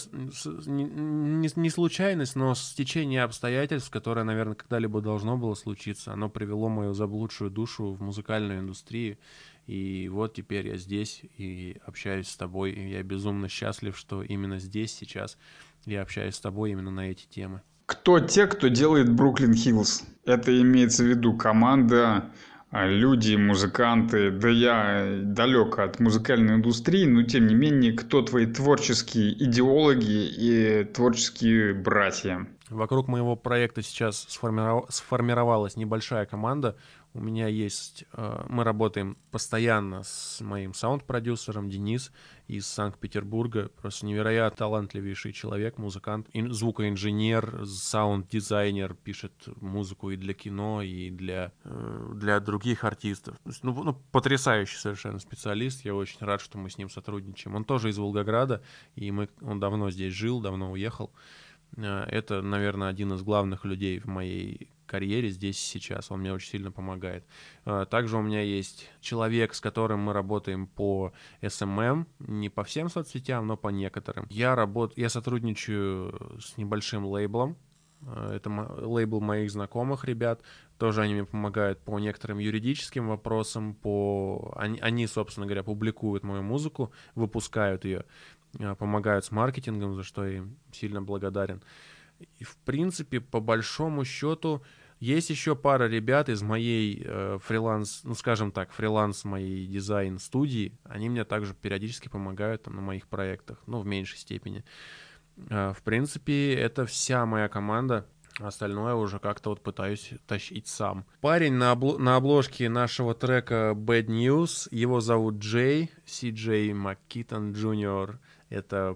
Speaker 2: не случайность, но стечение обстоятельств, которое, наверное, когда-либо должно было случиться, оно привело мою заблудшую душу в музыкальную индустрию. И вот теперь я здесь и общаюсь с тобой. И я безумно счастлив, что именно здесь, сейчас я общаюсь с тобой именно на эти темы.
Speaker 1: Кто те, кто делает Brooklyn Hills? Это имеется в виду команда, люди, музыканты. Да я далек от музыкальной индустрии, но тем не менее, кто твои творческие идеологи и творческие братья?
Speaker 2: Вокруг моего проекта сейчас сформиров... сформировалась небольшая команда. У меня есть... Э, мы работаем постоянно с моим саунд-продюсером Денис из Санкт-Петербурга. Просто невероятно талантливейший человек, музыкант, ин- звукоинженер, саунд-дизайнер, пишет музыку и для кино, и для, э, для других артистов. Ну, ну, потрясающий совершенно специалист. Я очень рад, что мы с ним сотрудничаем. Он тоже из Волгограда, и мы... он давно здесь жил, давно уехал. Это, наверное, один из главных людей в моей карьере здесь и сейчас. Он мне очень сильно помогает. Также у меня есть человек, с которым мы работаем по эс эм эм, не по всем соцсетям, но по некоторым. Я, работ... я сотрудничаю с небольшим лейблом. Это лейбл моих знакомых ребят. Тоже они мне помогают по некоторым юридическим вопросам. По... Они, они, собственно говоря, публикуют мою музыку, выпускают ее, помогают с маркетингом, за что я им сильно благодарен. И, в принципе, по большому счету, есть еще пара ребят из моей э, фриланс, ну, скажем так, фриланс моей дизайн-студии. Они мне также периодически помогают там, на моих проектах, ну, в меньшей степени. Э, в принципе, это вся моя команда. Остальное уже как-то вот пытаюсь тащить сам. Парень на, обло- на обложке нашего трека Bad News, его зовут Джей, Си Джей МакКитон Джуниор. Это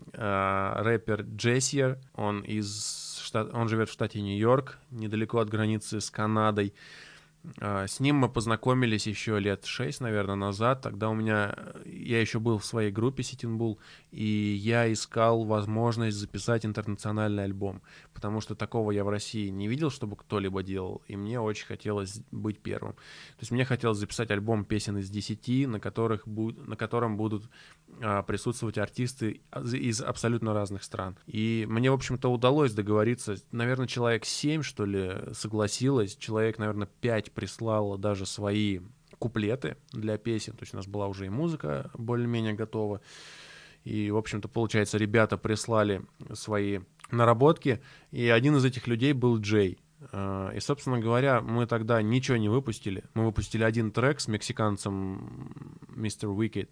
Speaker 2: э, рэпер Джессиер, он, из штат... он живет в штате Нью-Йорк, недалеко от границы с Канадой. Э, с ним мы познакомились еще лет шесть, наверное, назад. Тогда у меня, я еще был в своей группе Sitting Bull, и я искал возможность записать интернациональный альбом, потому что такого я в России не видел, чтобы кто-либо делал, и мне очень хотелось быть первым. То есть мне хотелось записать альбом песен из десяти, на, которых буд... на котором будут а, присутствовать артисты из абсолютно разных стран. И мне, в общем-то, удалось договориться. Наверное, человек семь, что ли, согласилось. Человек, наверное, пять прислало даже свои куплеты для песен. То есть у нас была уже и музыка более-менее готова. И, в общем-то, получается, ребята прислали свои наработки, и один из этих людей был Джей. И, собственно говоря, мы тогда ничего не выпустили. Мы выпустили один трек с мексиканцем мистер Wicked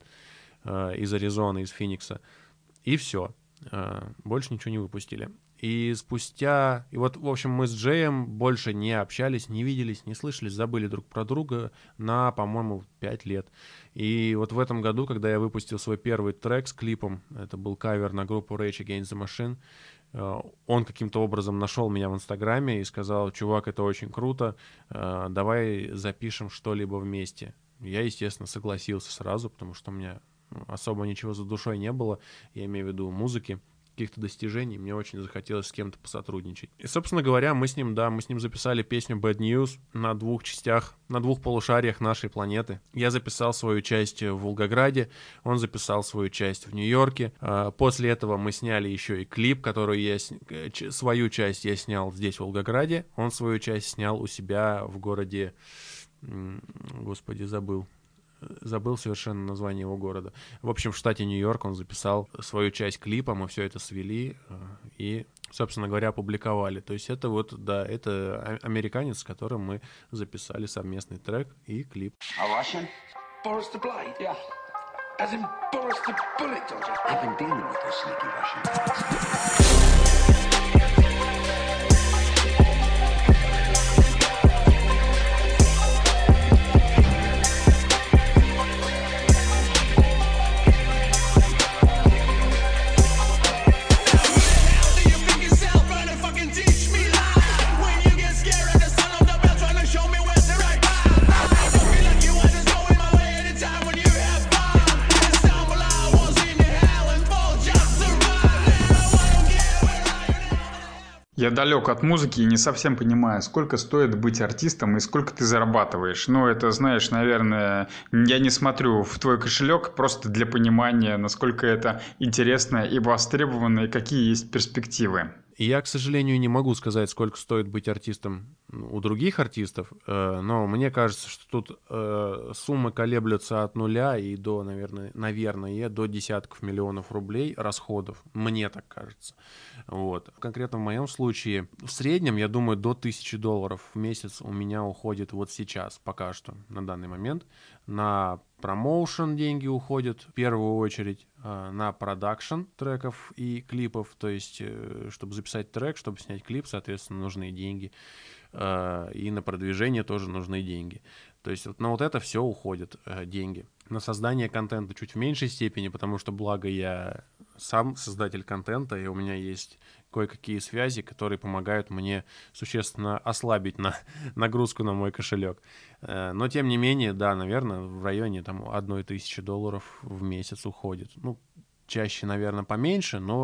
Speaker 2: из Аризоны, из Феникса, и все. Больше ничего не выпустили. И спустя... И вот, в общем, мы с Джеем больше не общались, не виделись, не слышались, забыли друг про друга на, по-моему, пять лет. И вот в этом году, когда я выпустил свой первый трек с клипом, это был кавер на группу Rage Against the Machine, он каким-то образом нашел меня в Инстаграме и сказал: чувак, это очень круто, давай запишем что-либо вместе. Я, естественно, согласился сразу, потому что у меня особо ничего за душой не было, я имею в виду музыки, каких-то достижений, мне очень захотелось с кем-то посотрудничать. И, собственно говоря, мы с ним, да, мы с ним записали песню Bad News на двух частях, на двух полушариях нашей планеты. Я записал свою часть в Волгограде, он записал свою часть в Нью-Йорке. После этого мы сняли еще и клип, который я... Свою часть я снял здесь, в Волгограде, он свою часть снял у себя в городе... Господи, забыл. Забыл совершенно название его города. В общем, в штате Нью-Йорк он записал свою часть клипа, мы все это свели и, собственно говоря, опубликовали. То есть это вот, да, это американец, с которым мы записали совместный трек и клип.
Speaker 4: A Russian? Boris the Blade? Yeah. As in Boris the Bullet Dodger? I've been dealing with those sneaky Russians.
Speaker 1: Я далек от музыки и не совсем понимаю, сколько стоит быть артистом и сколько ты зарабатываешь. Ну, это, знаешь, наверное, я не смотрю в твой кошелек просто для понимания, насколько это интересно и востребовано, и какие есть перспективы.
Speaker 2: Я, к сожалению, не могу сказать, сколько стоит быть артистом у других артистов, но мне кажется, что тут суммы колеблются от нуля и до, наверное, наверное, до десятков миллионов рублей расходов. Мне так кажется. Вот. Конкретно в моем случае, в среднем, я думаю, до тысячи долларов в месяц у меня уходит вот сейчас, пока что, на данный момент. На промоушен деньги уходят в первую очередь, на продакшн треков и клипов, то есть, чтобы записать трек, чтобы снять клип, соответственно, нужны деньги, и на продвижение тоже нужны деньги. То есть вот на вот это все уходят деньги. На создание контента чуть в меньшей степени, потому что, благо, я сам создатель контента, и у меня есть кое-какие связи, которые помогают мне существенно ослабить на, нагрузку на мой кошелек. Но, тем не менее, да, наверное, в районе там одной тысячи долларов в месяц уходит. Ну, чаще, наверное, поменьше, но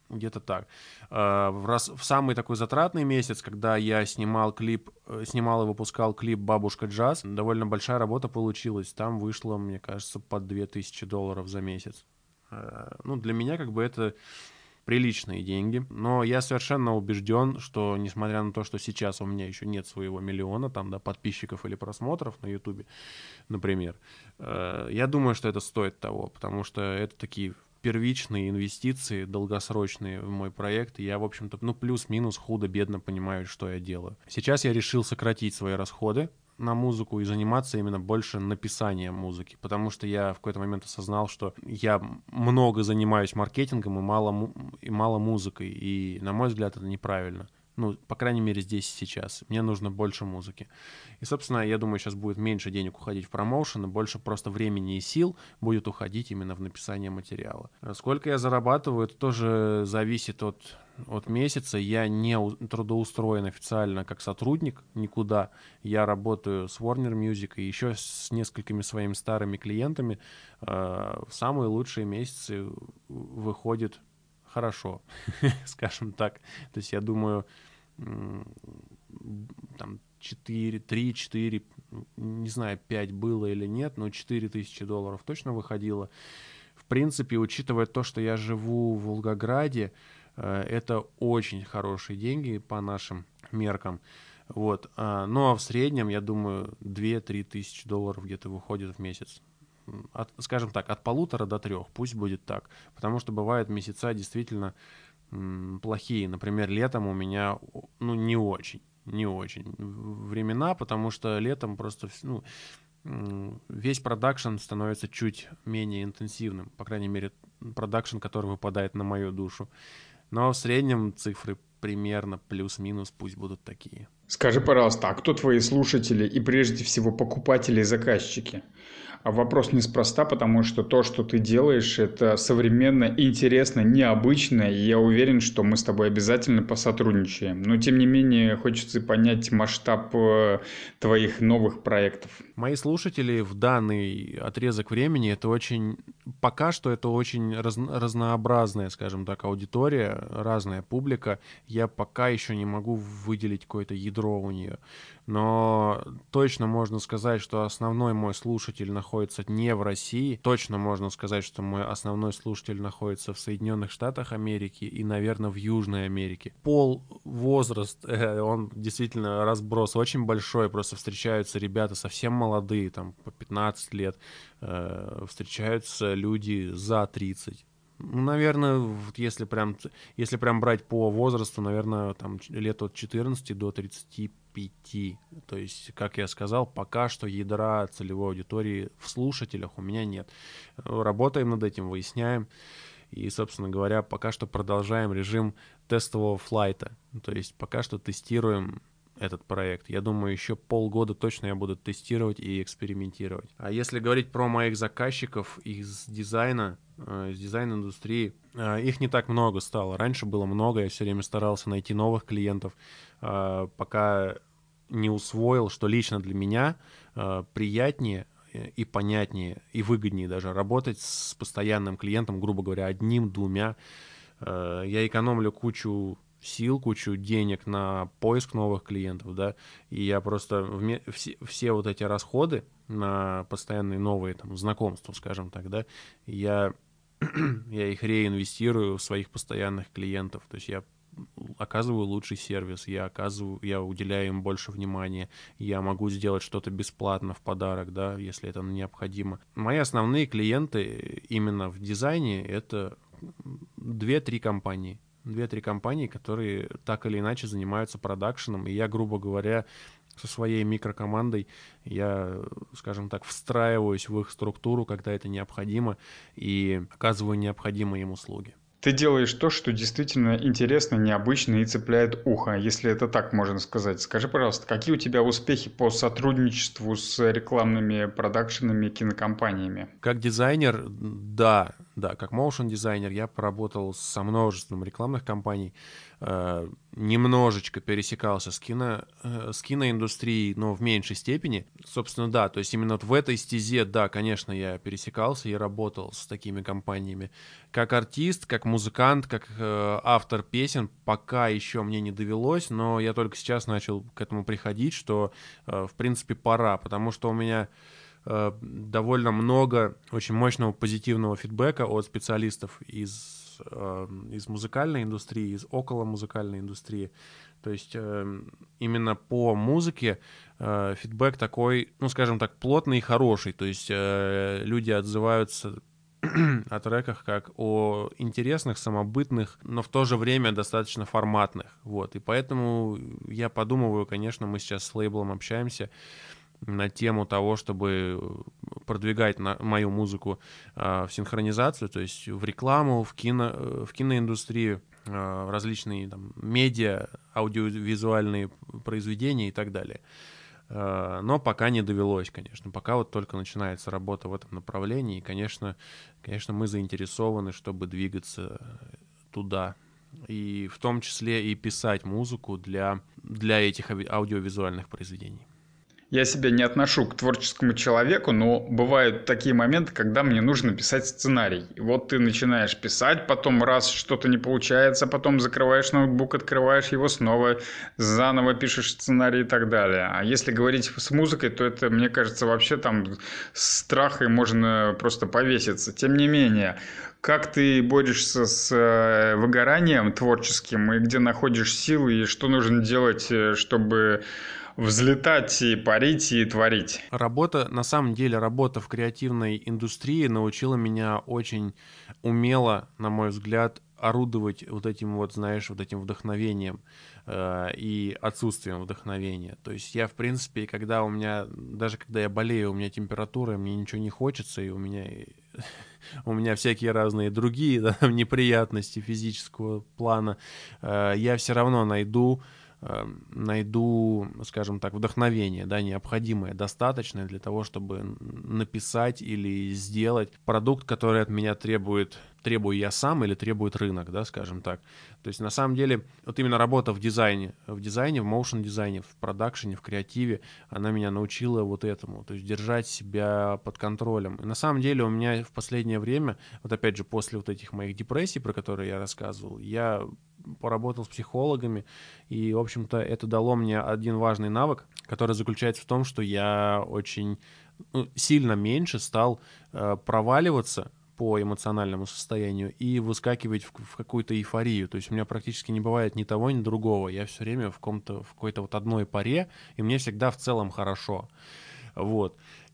Speaker 2: Где-то так. В, раз, в самый такой затратный месяц, когда я снимал клип, снимал и выпускал клип «Бабушка джаз», довольно большая работа получилась. Там вышло, мне кажется, под две тысячи долларов за месяц. Ну, для меня как бы это приличные деньги. Но я совершенно убежден, что несмотря на то, что сейчас у меня еще нет своего миллиона там, да, подписчиков или просмотров на Ютубе, например, я думаю, что это стоит того, потому что это такие первичные инвестиции, долгосрочные в мой проект. И я, в общем-то, ну, плюс-минус худо-бедно понимаю, что я делаю. Сейчас я решил сократить свои расходы на музыку и заниматься именно больше написанием музыки, потому что я в какой-то момент осознал, что я много занимаюсь маркетингом и мало, и мало музыкой, и, на мой взгляд, это неправильно. Ну, по крайней мере, здесь и сейчас. Мне нужно больше музыки. И, собственно, я думаю, сейчас будет меньше денег уходить в промоушен, и больше просто времени и сил будет уходить именно в написание материала. Сколько я зарабатываю, это тоже зависит от, от месяца. Я не трудоустроен официально как сотрудник никуда. Я работаю с Warner Music и еще с несколькими своими старыми клиентами. В самые лучшие месяцы выходит хорошо, скажем так. То есть я думаю, там четыре, три, четыре, не знаю, пять было или нет, но четыре тысячи долларов точно выходило. В принципе, учитывая то, что я живу в Волгограде, это очень хорошие деньги по нашим меркам. Вот. Ну а в среднем, я думаю, две-три тысячи долларов где-то выходит в месяц. От, скажем так, от полутора до трех, пусть будет так. Потому что бывают месяца действительно м, плохие. Например, летом у меня, ну, не очень, не очень времена, потому что летом просто, ну, весь продакшн становится чуть менее интенсивным. По крайней мере, продакшн, который выпадает на мою душу. Но в среднем цифры примерно плюс-минус пусть будут такие.
Speaker 1: Скажи, пожалуйста, а кто твои слушатели и прежде всего покупатели и заказчики? Вопрос неспроста, потому что то, что ты делаешь, это современно, интересно, необычно, и я уверен, что мы с тобой обязательно посотрудничаем. Но, тем не менее, хочется понять масштаб твоих новых проектов.
Speaker 2: Мои слушатели в данный отрезок времени, это очень, пока что это очень раз, разнообразная, скажем так, аудитория, разная публика. Я пока еще не могу выделить какое-то ядро у нее. Но точно можно сказать, что основной мой слушатель находится не в России. Точно можно сказать, что мой основной слушатель находится в Соединенных Штатах Америки и, наверное, в Южной Америке. Пол, возраст, он действительно разброс очень большой. Просто встречаются ребята совсем молодые, там по пятнадцать лет. Встречаются люди за тридцать. Ну, наверное, если прям, если прям брать по возрасту, наверное, там лет от четырнадцати до тридцати пяти. То есть, как я сказал, пока что ядра целевой аудитории в слушателях у меня нет. Работаем над этим, выясняем. И, собственно говоря, пока что продолжаем режим тестового флайта. То есть, пока что тестируем этот проект. Я думаю, еще полгода точно я буду тестировать и экспериментировать. А если говорить про моих заказчиков из дизайна, из дизайн-индустрии, их не так много стало. Раньше было много, я все время старался найти новых клиентов, пока не усвоил, что лично для меня приятнее и понятнее, и выгоднее даже работать с постоянным клиентом, грубо говоря, одним-двумя. Я экономлю кучу сил, кучу денег на поиск новых клиентов, да, и я просто вме- все, все вот эти расходы на постоянные новые там знакомства, скажем так, да, я, я их реинвестирую в своих постоянных клиентов, то есть я оказываю лучший сервис, я оказываю, я уделяю им больше внимания, я могу сделать что-то бесплатно в подарок, да, если это необходимо. Мои основные клиенты именно в дизайне — это две-три компании. Две-три компании, которые так или иначе занимаются продакшеном, и я, грубо говоря, со своей микрокомандой, я, скажем так, встраиваюсь в их структуру, когда это необходимо, и оказываю необходимые им услуги.
Speaker 1: Ты делаешь то, что действительно интересно, необычно и цепляет ухо, если это так можно сказать. Скажи, пожалуйста, какие у тебя успехи по сотрудничеству с рекламными продакшенами, кинокомпаниями?
Speaker 2: Как дизайнер, да, да, как моушн-дизайнер я поработал со множеством рекламных компаний, э, немножечко пересекался с, кино, э, с киноиндустрией, но в меньшей степени. Собственно, да, то есть именно вот в этой стезе, да, конечно, я пересекался и работал с такими компаниями. Как артист, как музыкант, как э, автор песен, пока еще мне не довелось, но я только сейчас начал к этому приходить, что, э, в принципе, пора, потому что у меня э, довольно много очень мощного позитивного фидбэка от специалистов из, э, из музыкальной индустрии, из околомузыкальной индустрии. То есть э, именно по музыке э, фидбэк такой, ну, скажем так, плотный и хороший. То есть э, люди отзываются о треках как о интересных, самобытных, но в то же время достаточно форматных. Вот. И поэтому я подумываю, конечно, мы сейчас с лейблом общаемся на тему того, чтобы продвигать на, мою музыку э, в синхронизацию, то есть в рекламу, в, кино, в киноиндустрию, э, различные там, медиа, аудиовизуальные произведения и так далее. Но пока не довелось, конечно. Пока вот только начинается работа в этом направлении. И, конечно, конечно, мы заинтересованы, чтобы двигаться туда. И в том числе и писать музыку для, для этих аудиовизуальных произведений.
Speaker 1: Я себя не отношу к творческому человеку, но бывают такие моменты, когда мне нужно писать сценарий. И вот ты начинаешь писать, потом раз что-то не получается, потом закрываешь ноутбук, открываешь его снова, заново пишешь сценарий и так далее. А если говорить с музыкой, то это, мне кажется, вообще там страх, и можно просто повеситься. Тем не менее, как ты борешься с выгоранием творческим, и где находишь силы, и что нужно делать, чтобы взлетать и парить и творить?
Speaker 2: Работа, на самом деле, работа в креативной индустрии научила меня очень умело, на мой взгляд, орудовать вот этим вот, знаешь, вот этим вдохновением э, и отсутствием вдохновения. То есть я, в принципе, когда у меня, даже когда я болею, у меня температура, мне ничего не хочется, и у меня, у меня всякие разные другие, да, неприятности физического плана, э, я все равно найду найду, скажем так, вдохновение, да, необходимое, достаточное для того, чтобы написать или сделать продукт, который от меня требует, требую я сам или требует рынок, да, скажем так. То есть на самом деле вот именно работа в дизайне, в дизайне, в моушн дизайне, в продакшене, в креативе, она меня научила вот этому, то есть держать себя под контролем. И на самом деле у меня в последнее время, вот опять же после вот этих моих депрессий, про которые я рассказывал, я поработал с психологами, и, в общем-то, это дало мне один важный навык, который заключается в том, что я очень ну, сильно меньше стал э, проваливаться по эмоциональному состоянию и выскакивать в, в какую-то эйфорию. То есть у меня практически не бывает ни того, ни другого. Я все время в, каком-то, в какой-то вот одной паре, и мне всегда в целом хорошо. Вот.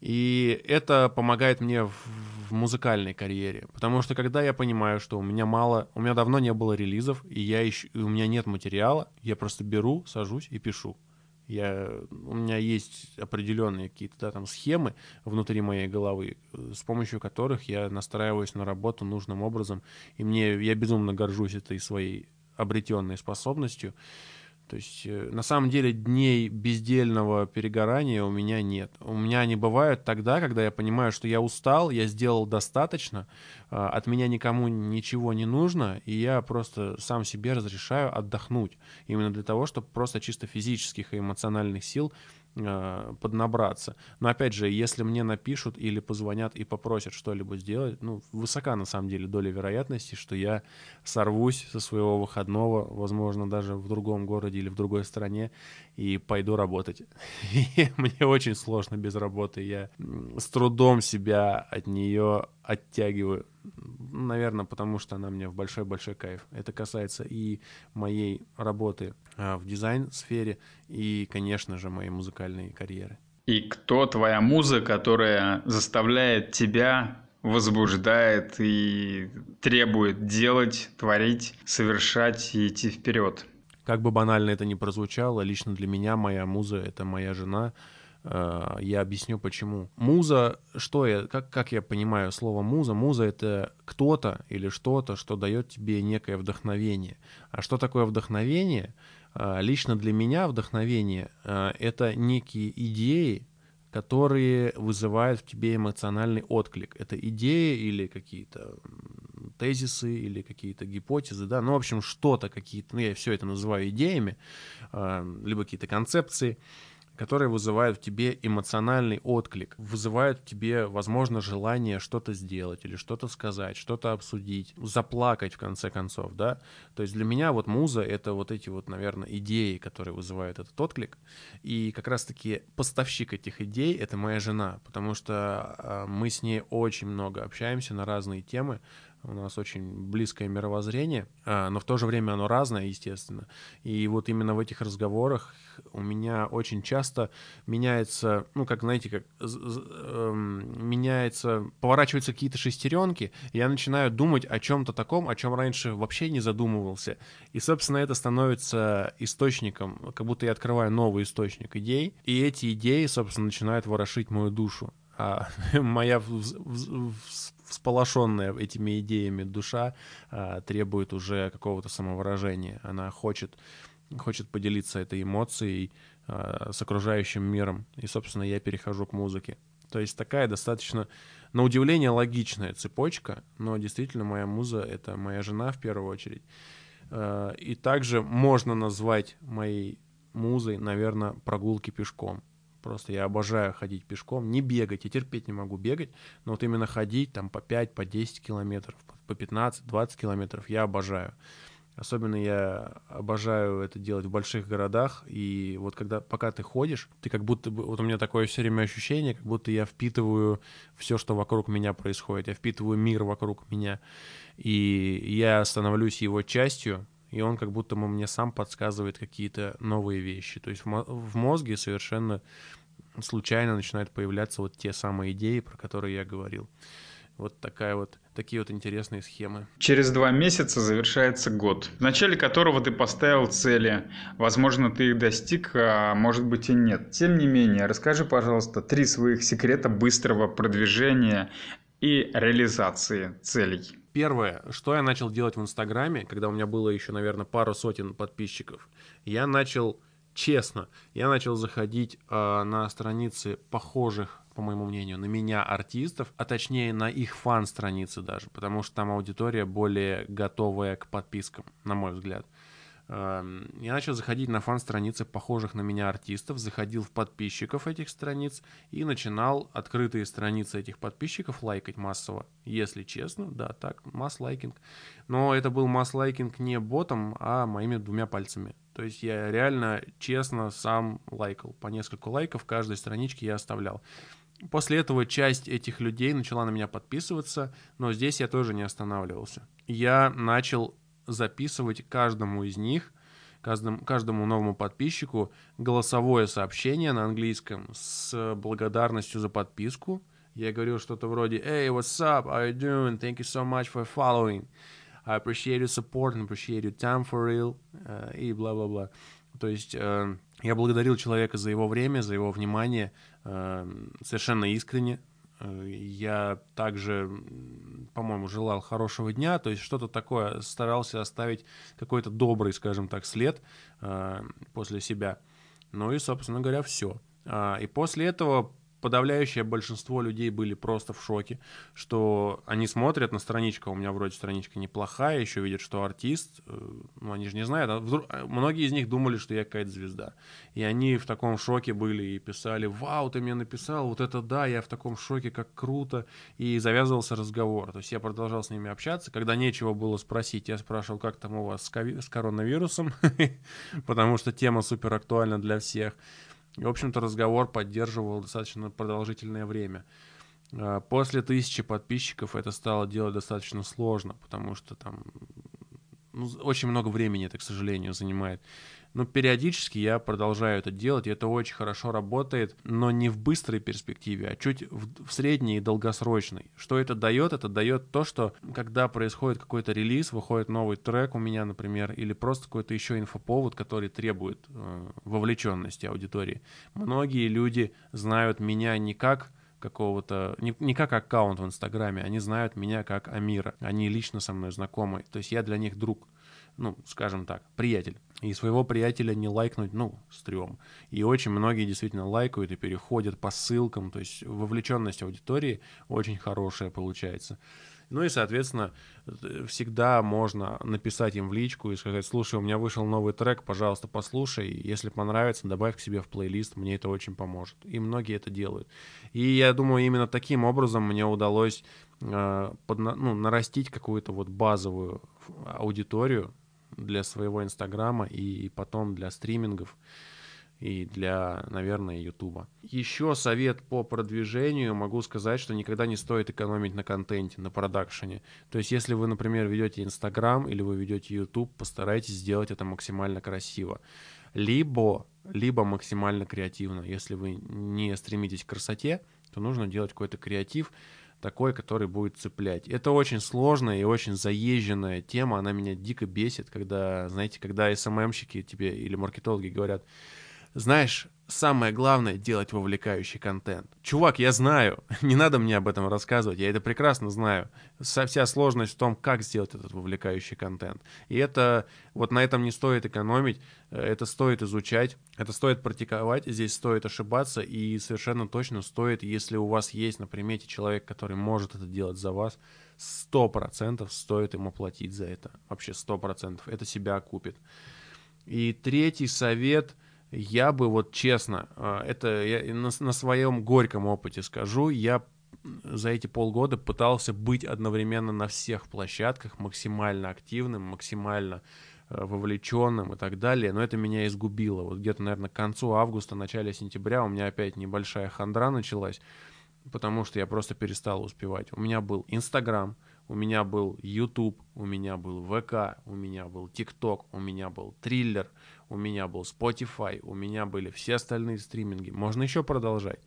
Speaker 2: И это помогает мне в, в музыкальной карьере, потому что когда я понимаю, что у меня мало, у меня давно не было релизов, и, я ищу, и у меня нет материала, я просто беру, сажусь и пишу. Я, у меня есть определенные какие-то да, там схемы внутри моей головы, с помощью которых я настраиваюсь на работу нужным образом, и мне, я безумно горжусь этой своей обретенной способностью. То есть, на самом деле, дней бездельного перегорания у меня нет. У меня они бывают тогда, когда я понимаю, что я устал, я сделал достаточно, от меня никому ничего не нужно, и я просто сам себе разрешаю отдохнуть. Именно для того, чтобы просто чисто физических и эмоциональных сил поднабраться. Но опять же, если мне напишут или позвонят и попросят что-либо сделать, ну, высока на самом деле доля вероятности, что я сорвусь со своего выходного, возможно, даже в другом городе или в другой стране, и пойду работать. И мне очень сложно без работы. Я с трудом себя от нее оттягиваю. Наверное, потому что она мне в большой-большой кайф. Это касается и моей работы а, в дизайн-сфере, и, конечно же, моей музыкальной карьеры.
Speaker 1: И кто твоя муза, которая заставляет тебя, возбуждает и требует делать, творить, совершать и идти вперед?
Speaker 2: Как бы банально это ни прозвучало, лично для меня моя муза — это моя жена. Я объясню, почему. Муза, что я, как, как я понимаю слово муза? Муза — это кто-то или что-то, что дает тебе некое вдохновение. А что такое вдохновение? Лично для меня вдохновение — это некие идеи, которые вызывают в тебе эмоциональный отклик. Это идеи или какие-то тезисы, или какие-то гипотезы, да, ну, в общем, что-то, какие-то, ну, я все это называю идеями, либо какие-то концепции, которые вызывают в тебе эмоциональный отклик, вызывают в тебе, возможно, желание что-то сделать или что-то сказать, что-то обсудить, заплакать в конце концов, да. То есть для меня вот муза — это вот эти вот, наверное, идеи, которые вызывают этот отклик. И как раз-таки поставщик этих идей — это моя жена, потому что мы с ней очень много общаемся на разные темы. У нас очень близкое мировоззрение, но в то же время оно разное, естественно. И вот именно в этих разговорах у меня очень часто меняется, ну, как, знаете, как меняется, поворачиваются какие-то шестеренки, и я начинаю думать о чем-то таком, о чем раньше вообще не задумывался. И, собственно, это становится источником, как будто я открываю новый источник идей, и эти идеи, собственно, начинают ворошить мою душу. А моя всполошенная этими идеями душа а, требует уже какого-то самовыражения. Она хочет, хочет поделиться этой эмоцией а, с окружающим миром. И, собственно, я перехожу к музыке. То есть такая достаточно, на удивление, логичная цепочка, но действительно моя муза — это моя жена в первую очередь. А, и также можно назвать моей музой, наверное, прогулки пешком. Просто я обожаю ходить пешком, не бегать, я терпеть не могу бегать, но вот именно ходить там по пять, по десять километров, по пятнадцать, двадцать километров я обожаю. Особенно я обожаю это делать в больших городах, и вот когда, пока ты ходишь, ты как будто бы, вот у меня такое все время ощущение, как будто я впитываю все, что вокруг меня происходит, я впитываю мир вокруг меня, и я становлюсь его частью, и он как будто бы мне сам подсказывает какие-то новые вещи. То есть в мозге совершенно случайно начинают появляться вот те самые идеи, про которые я говорил. Вот такая вот, такие вот интересные схемы.
Speaker 1: Через два месяца завершается год, в начале которого ты поставил цели. Возможно, ты их достиг, а может быть и нет. Тем не менее, расскажи, пожалуйста, три своих секрета быстрого продвижения и реализации целей.
Speaker 2: Первое, что я начал делать в Инстаграме, когда у меня было еще, наверное, пару сотен подписчиков, я начал, честно, я начал заходить э, на страницы похожих, по моему мнению, на меня артистов, а точнее на их фан-страницы даже, потому что там аудитория более готовая к подпискам, на мой взгляд. Я начал заходить на фан-страницы похожих на меня артистов, заходил в подписчиков этих страниц и начинал открытые страницы этих подписчиков лайкать массово. Если честно, да, так, масс-лайкинг. Но это был масс-лайкинг не ботом, а моими двумя пальцами. То есть я реально честно сам лайкал. По несколько лайков каждой страничке я оставлял. После этого часть этих людей начала на меня подписываться, но здесь я тоже не останавливался. Я начал записывать каждому из них, каждому, каждому новому подписчику голосовое сообщение на английском с благодарностью за подписку. Я говорил что-то вроде «Hey, what's up? How are you doing? Thank you so much for following. I appreciate your support and appreciate your time for real». И бла-бла-бла. То есть э, я благодарил человека за его время, за его внимание, э, совершенно искренне. Я также, по-моему, желал хорошего дня, то есть что-то такое, старался оставить какой-то добрый, скажем так, след э, после себя. Ну и, собственно говоря, все. А, и после этого подавляющее большинство людей были просто в шоке, что они смотрят на страничку, у меня вроде страничка неплохая, еще видят, что артист, ну они же не знают, а вдруг, многие из них думали, что я какая-то звезда. И они в таком шоке были и писали: «Вау, ты мне написал, вот это да, я в таком шоке, как круто». И завязывался разговор. То есть я продолжал с ними общаться. Когда нечего было спросить, я спрашивал, как там у вас с коронавирусом, потому что тема супер актуальна для всех. И, в общем-то, разговор поддерживал достаточно продолжительное время. После тысячи подписчиков это стало делать достаточно сложно, потому что там ну, очень много времени это, к сожалению, занимает. Но периодически я продолжаю это делать, и это очень хорошо работает, но не в быстрой перспективе, а чуть в, в средней и долгосрочной. Что это дает? Это дает то, что когда происходит какой-то релиз, выходит новый трек у меня, например, или просто какой-то еще инфоповод, который требует э, вовлеченности аудитории. Многие люди знают меня не как какого-то, не, не как аккаунт в Инстаграме, они знают меня как Амира, они лично со мной знакомы, то есть я для них друг, ну, скажем так, приятель. И своего приятеля не лайкнуть, ну, стрём. И очень многие действительно лайкают и переходят по ссылкам, то есть вовлеченность аудитории очень хорошая получается. Ну и, соответственно, всегда можно написать им в личку и сказать: слушай, у меня вышел новый трек, пожалуйста, послушай, если понравится, добавь к себе в плейлист, мне это очень поможет. И многие это делают. И я думаю, именно таким образом мне удалось э, подна- ну, нарастить какую-то вот базовую аудиторию для своего Инстаграма и потом для стримингов и для, наверное, Ютуба. Еще совет по продвижению. Могу сказать, что никогда не стоит экономить на контенте, на продакшене. То есть, если вы, например, ведете Инстаграм или вы ведете Ютуб, постарайтесь сделать это максимально красиво. Либо, либо максимально креативно. Если вы не стремитесь к красоте, то нужно делать какой-то креатив, такой, который будет цеплять. Это очень сложная и очень заезженная тема. Она меня дико бесит, когда, знаете, когда эс эм эм-щики тебе или маркетологи говорят: знаешь, самое главное — делать вовлекающий контент. Чувак, я знаю, не надо мне об этом рассказывать, я это прекрасно знаю. Вся, вся сложность в том, как сделать этот вовлекающий контент. И это, вот на этом не стоит экономить, это стоит изучать, это стоит практиковать, здесь стоит ошибаться, и совершенно точно стоит, если у вас есть на примете человек, который может это делать за вас, сто процентов стоит ему платить за это. Вообще сто процентов. Это себя окупит. И третий совет — я бы вот честно, это я на, на своем горьком опыте скажу, я за эти полгода пытался быть одновременно на всех площадках, максимально активным, максимально вовлеченным и так далее, но это меня изгубило. Вот где-то, наверное, к концу августа, начале сентября у меня опять небольшая хандра началась, потому что я просто перестал успевать. У меня был Инстаграм, у меня был Ютуб, у меня был ВК, у меня был ТикТок, у меня был Триллер, у меня был Spotify, у меня были все остальные стриминги. Можно еще продолжать.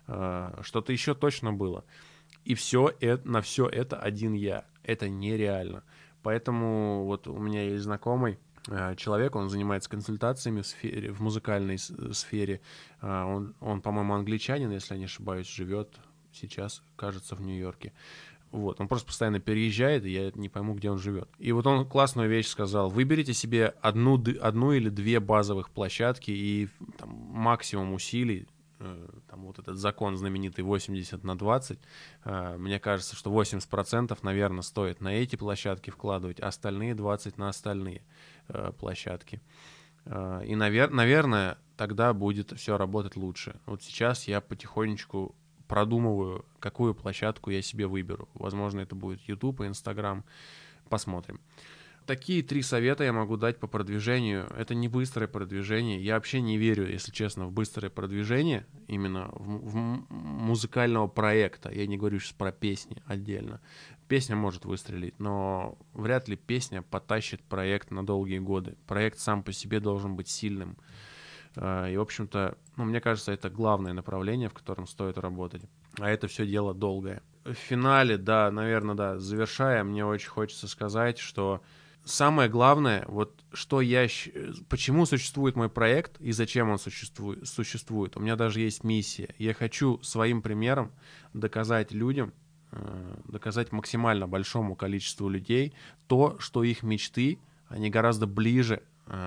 Speaker 2: Что-то еще точно было. И все это, на все это один я. Это нереально. Поэтому вот у меня есть знакомый человек, он занимается консультациями в сфере, в музыкальной сфере. Он, он, по-моему, англичанин, если я не ошибаюсь, живет сейчас, кажется, в Нью-Йорке. Вот, он просто постоянно переезжает, и я не пойму, где он живет. И вот он классную вещь сказал: выберите себе одну, одну или две базовых площадки и там, максимум усилий, э, там вот этот закон знаменитый восемьдесят на двадцать, э, мне кажется, что восемьдесят процентов, наверное, стоит на эти площадки вкладывать, а остальные двадцать процентов на остальные э, площадки. Э, и, навер- наверное, тогда будет все работать лучше. Вот сейчас я потихонечку продумываю, какую площадку я себе выберу. Возможно, это будет YouTube и Instagram. Посмотрим. Такие три совета я могу дать по продвижению. Это не быстрое продвижение. Я вообще не верю, если честно, в быстрое продвижение именно в, в музыкального проекта. Я не говорю сейчас про песни отдельно. Песня может выстрелить, но вряд ли песня потащит проект на долгие годы. Проект сам по себе должен быть сильным. И, в общем-то, ну, мне кажется, это главное направление, в котором стоит работать. А это все дело долгое. В финале, да, наверное, да, завершая, мне очень хочется сказать, что самое главное, вот что я... Почему существует мой проект и зачем он существует, существует. У меня даже есть миссия. Я хочу своим примером доказать людям, доказать максимально большому количеству людей то, что их мечты, они гораздо ближе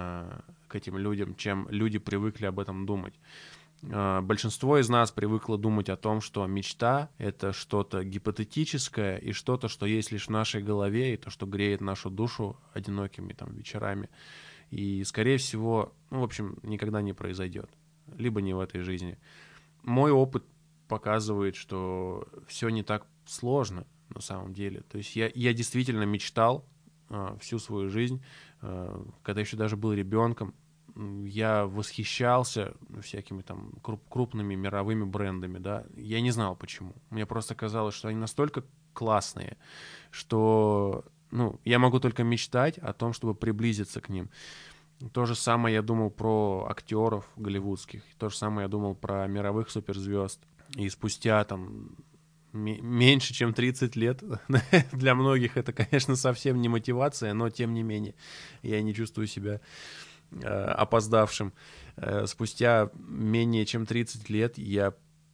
Speaker 2: к этим людям, чем люди привыкли об этом думать. Большинство из нас привыкло думать о том, что мечта — это что-то гипотетическое и что-то, что есть лишь в нашей голове, и то, что греет нашу душу одинокими там вечерами. И, скорее всего, ну, в общем, никогда не произойдет. Либо не в этой жизни. Мой опыт показывает, что все не так сложно на самом деле. То есть я, я действительно мечтал всю свою жизнь, когда еще даже был ребенком, я восхищался всякими там крупными мировыми брендами, да, я не знал почему. Мне просто казалось, что они настолько классные, что, ну, я могу только мечтать о том, чтобы приблизиться к ним. То же самое я думал про актеров голливудских, то же самое я думал про мировых суперзвезд. И спустя там меньше, чем тридцать лет. Для многих это, конечно, совсем не мотивация, но тем не менее я не чувствую себя э, опоздавшим. Э, спустя менее чем тридцать лет я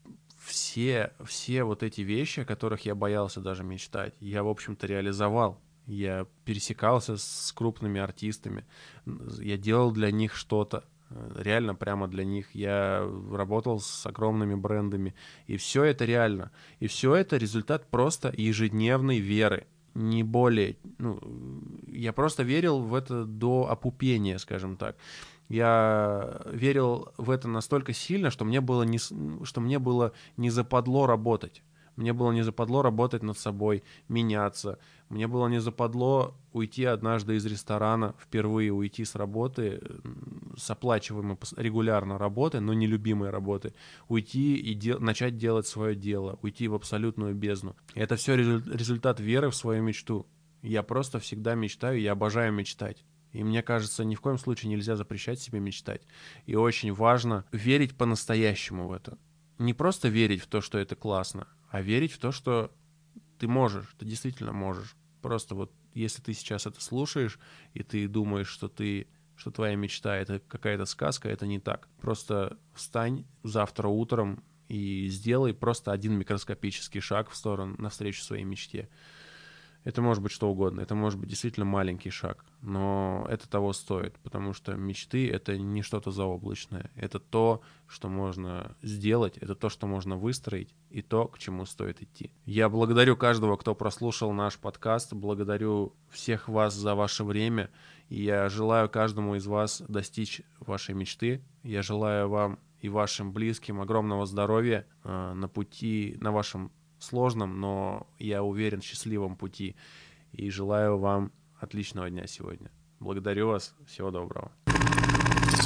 Speaker 2: все, все вот эти вещи, о которых я боялся даже мечтать, я, в общем-то, реализовал. Я пересекался с крупными артистами, я делал для них что-то. Реально прямо для них. Я работал с огромными брендами. И все это реально. И все это результат просто ежедневной веры. не более, ну, я просто верил в это до опупения, скажем так. Я верил в это настолько сильно, что мне было не, что мне было не западло работать. Мне было не западло работать над собой, меняться. Мне было не западло уйти однажды из ресторана, впервые уйти с работы, с оплачиваемой регулярно работы, но нелюбимой работы, уйти и де- начать делать свое дело, уйти в абсолютную бездну. Это все результат веры в свою мечту. Я просто всегда мечтаю, я обожаю мечтать. И мне кажется, ни в коем случае нельзя запрещать себе мечтать. И очень важно верить по-настоящему в это. Не просто верить в то, что это классно, а верить в то, что ты можешь, ты действительно можешь. Просто вот если ты сейчас это слушаешь, и ты думаешь, что ты, что твоя мечта — это какая-то сказка, это не так. Просто встань завтра утром и сделай просто один микроскопический шаг в сторону, навстречу своей мечте. Это может быть что угодно, это может быть действительно маленький шаг, но это того стоит, потому что мечты — это не что-то заоблачное, это то, что можно сделать, это то, что можно выстроить, и то, к чему стоит идти. Я благодарю каждого, кто прослушал наш подкаст, благодарю всех вас за ваше время, и я желаю каждому из вас достичь вашей мечты, я желаю вам и вашим близким огромного здоровья э, на пути, на вашем сложном, но, я уверен, счастливом пути. И желаю вам отличного дня сегодня. Благодарю вас. Всего доброго.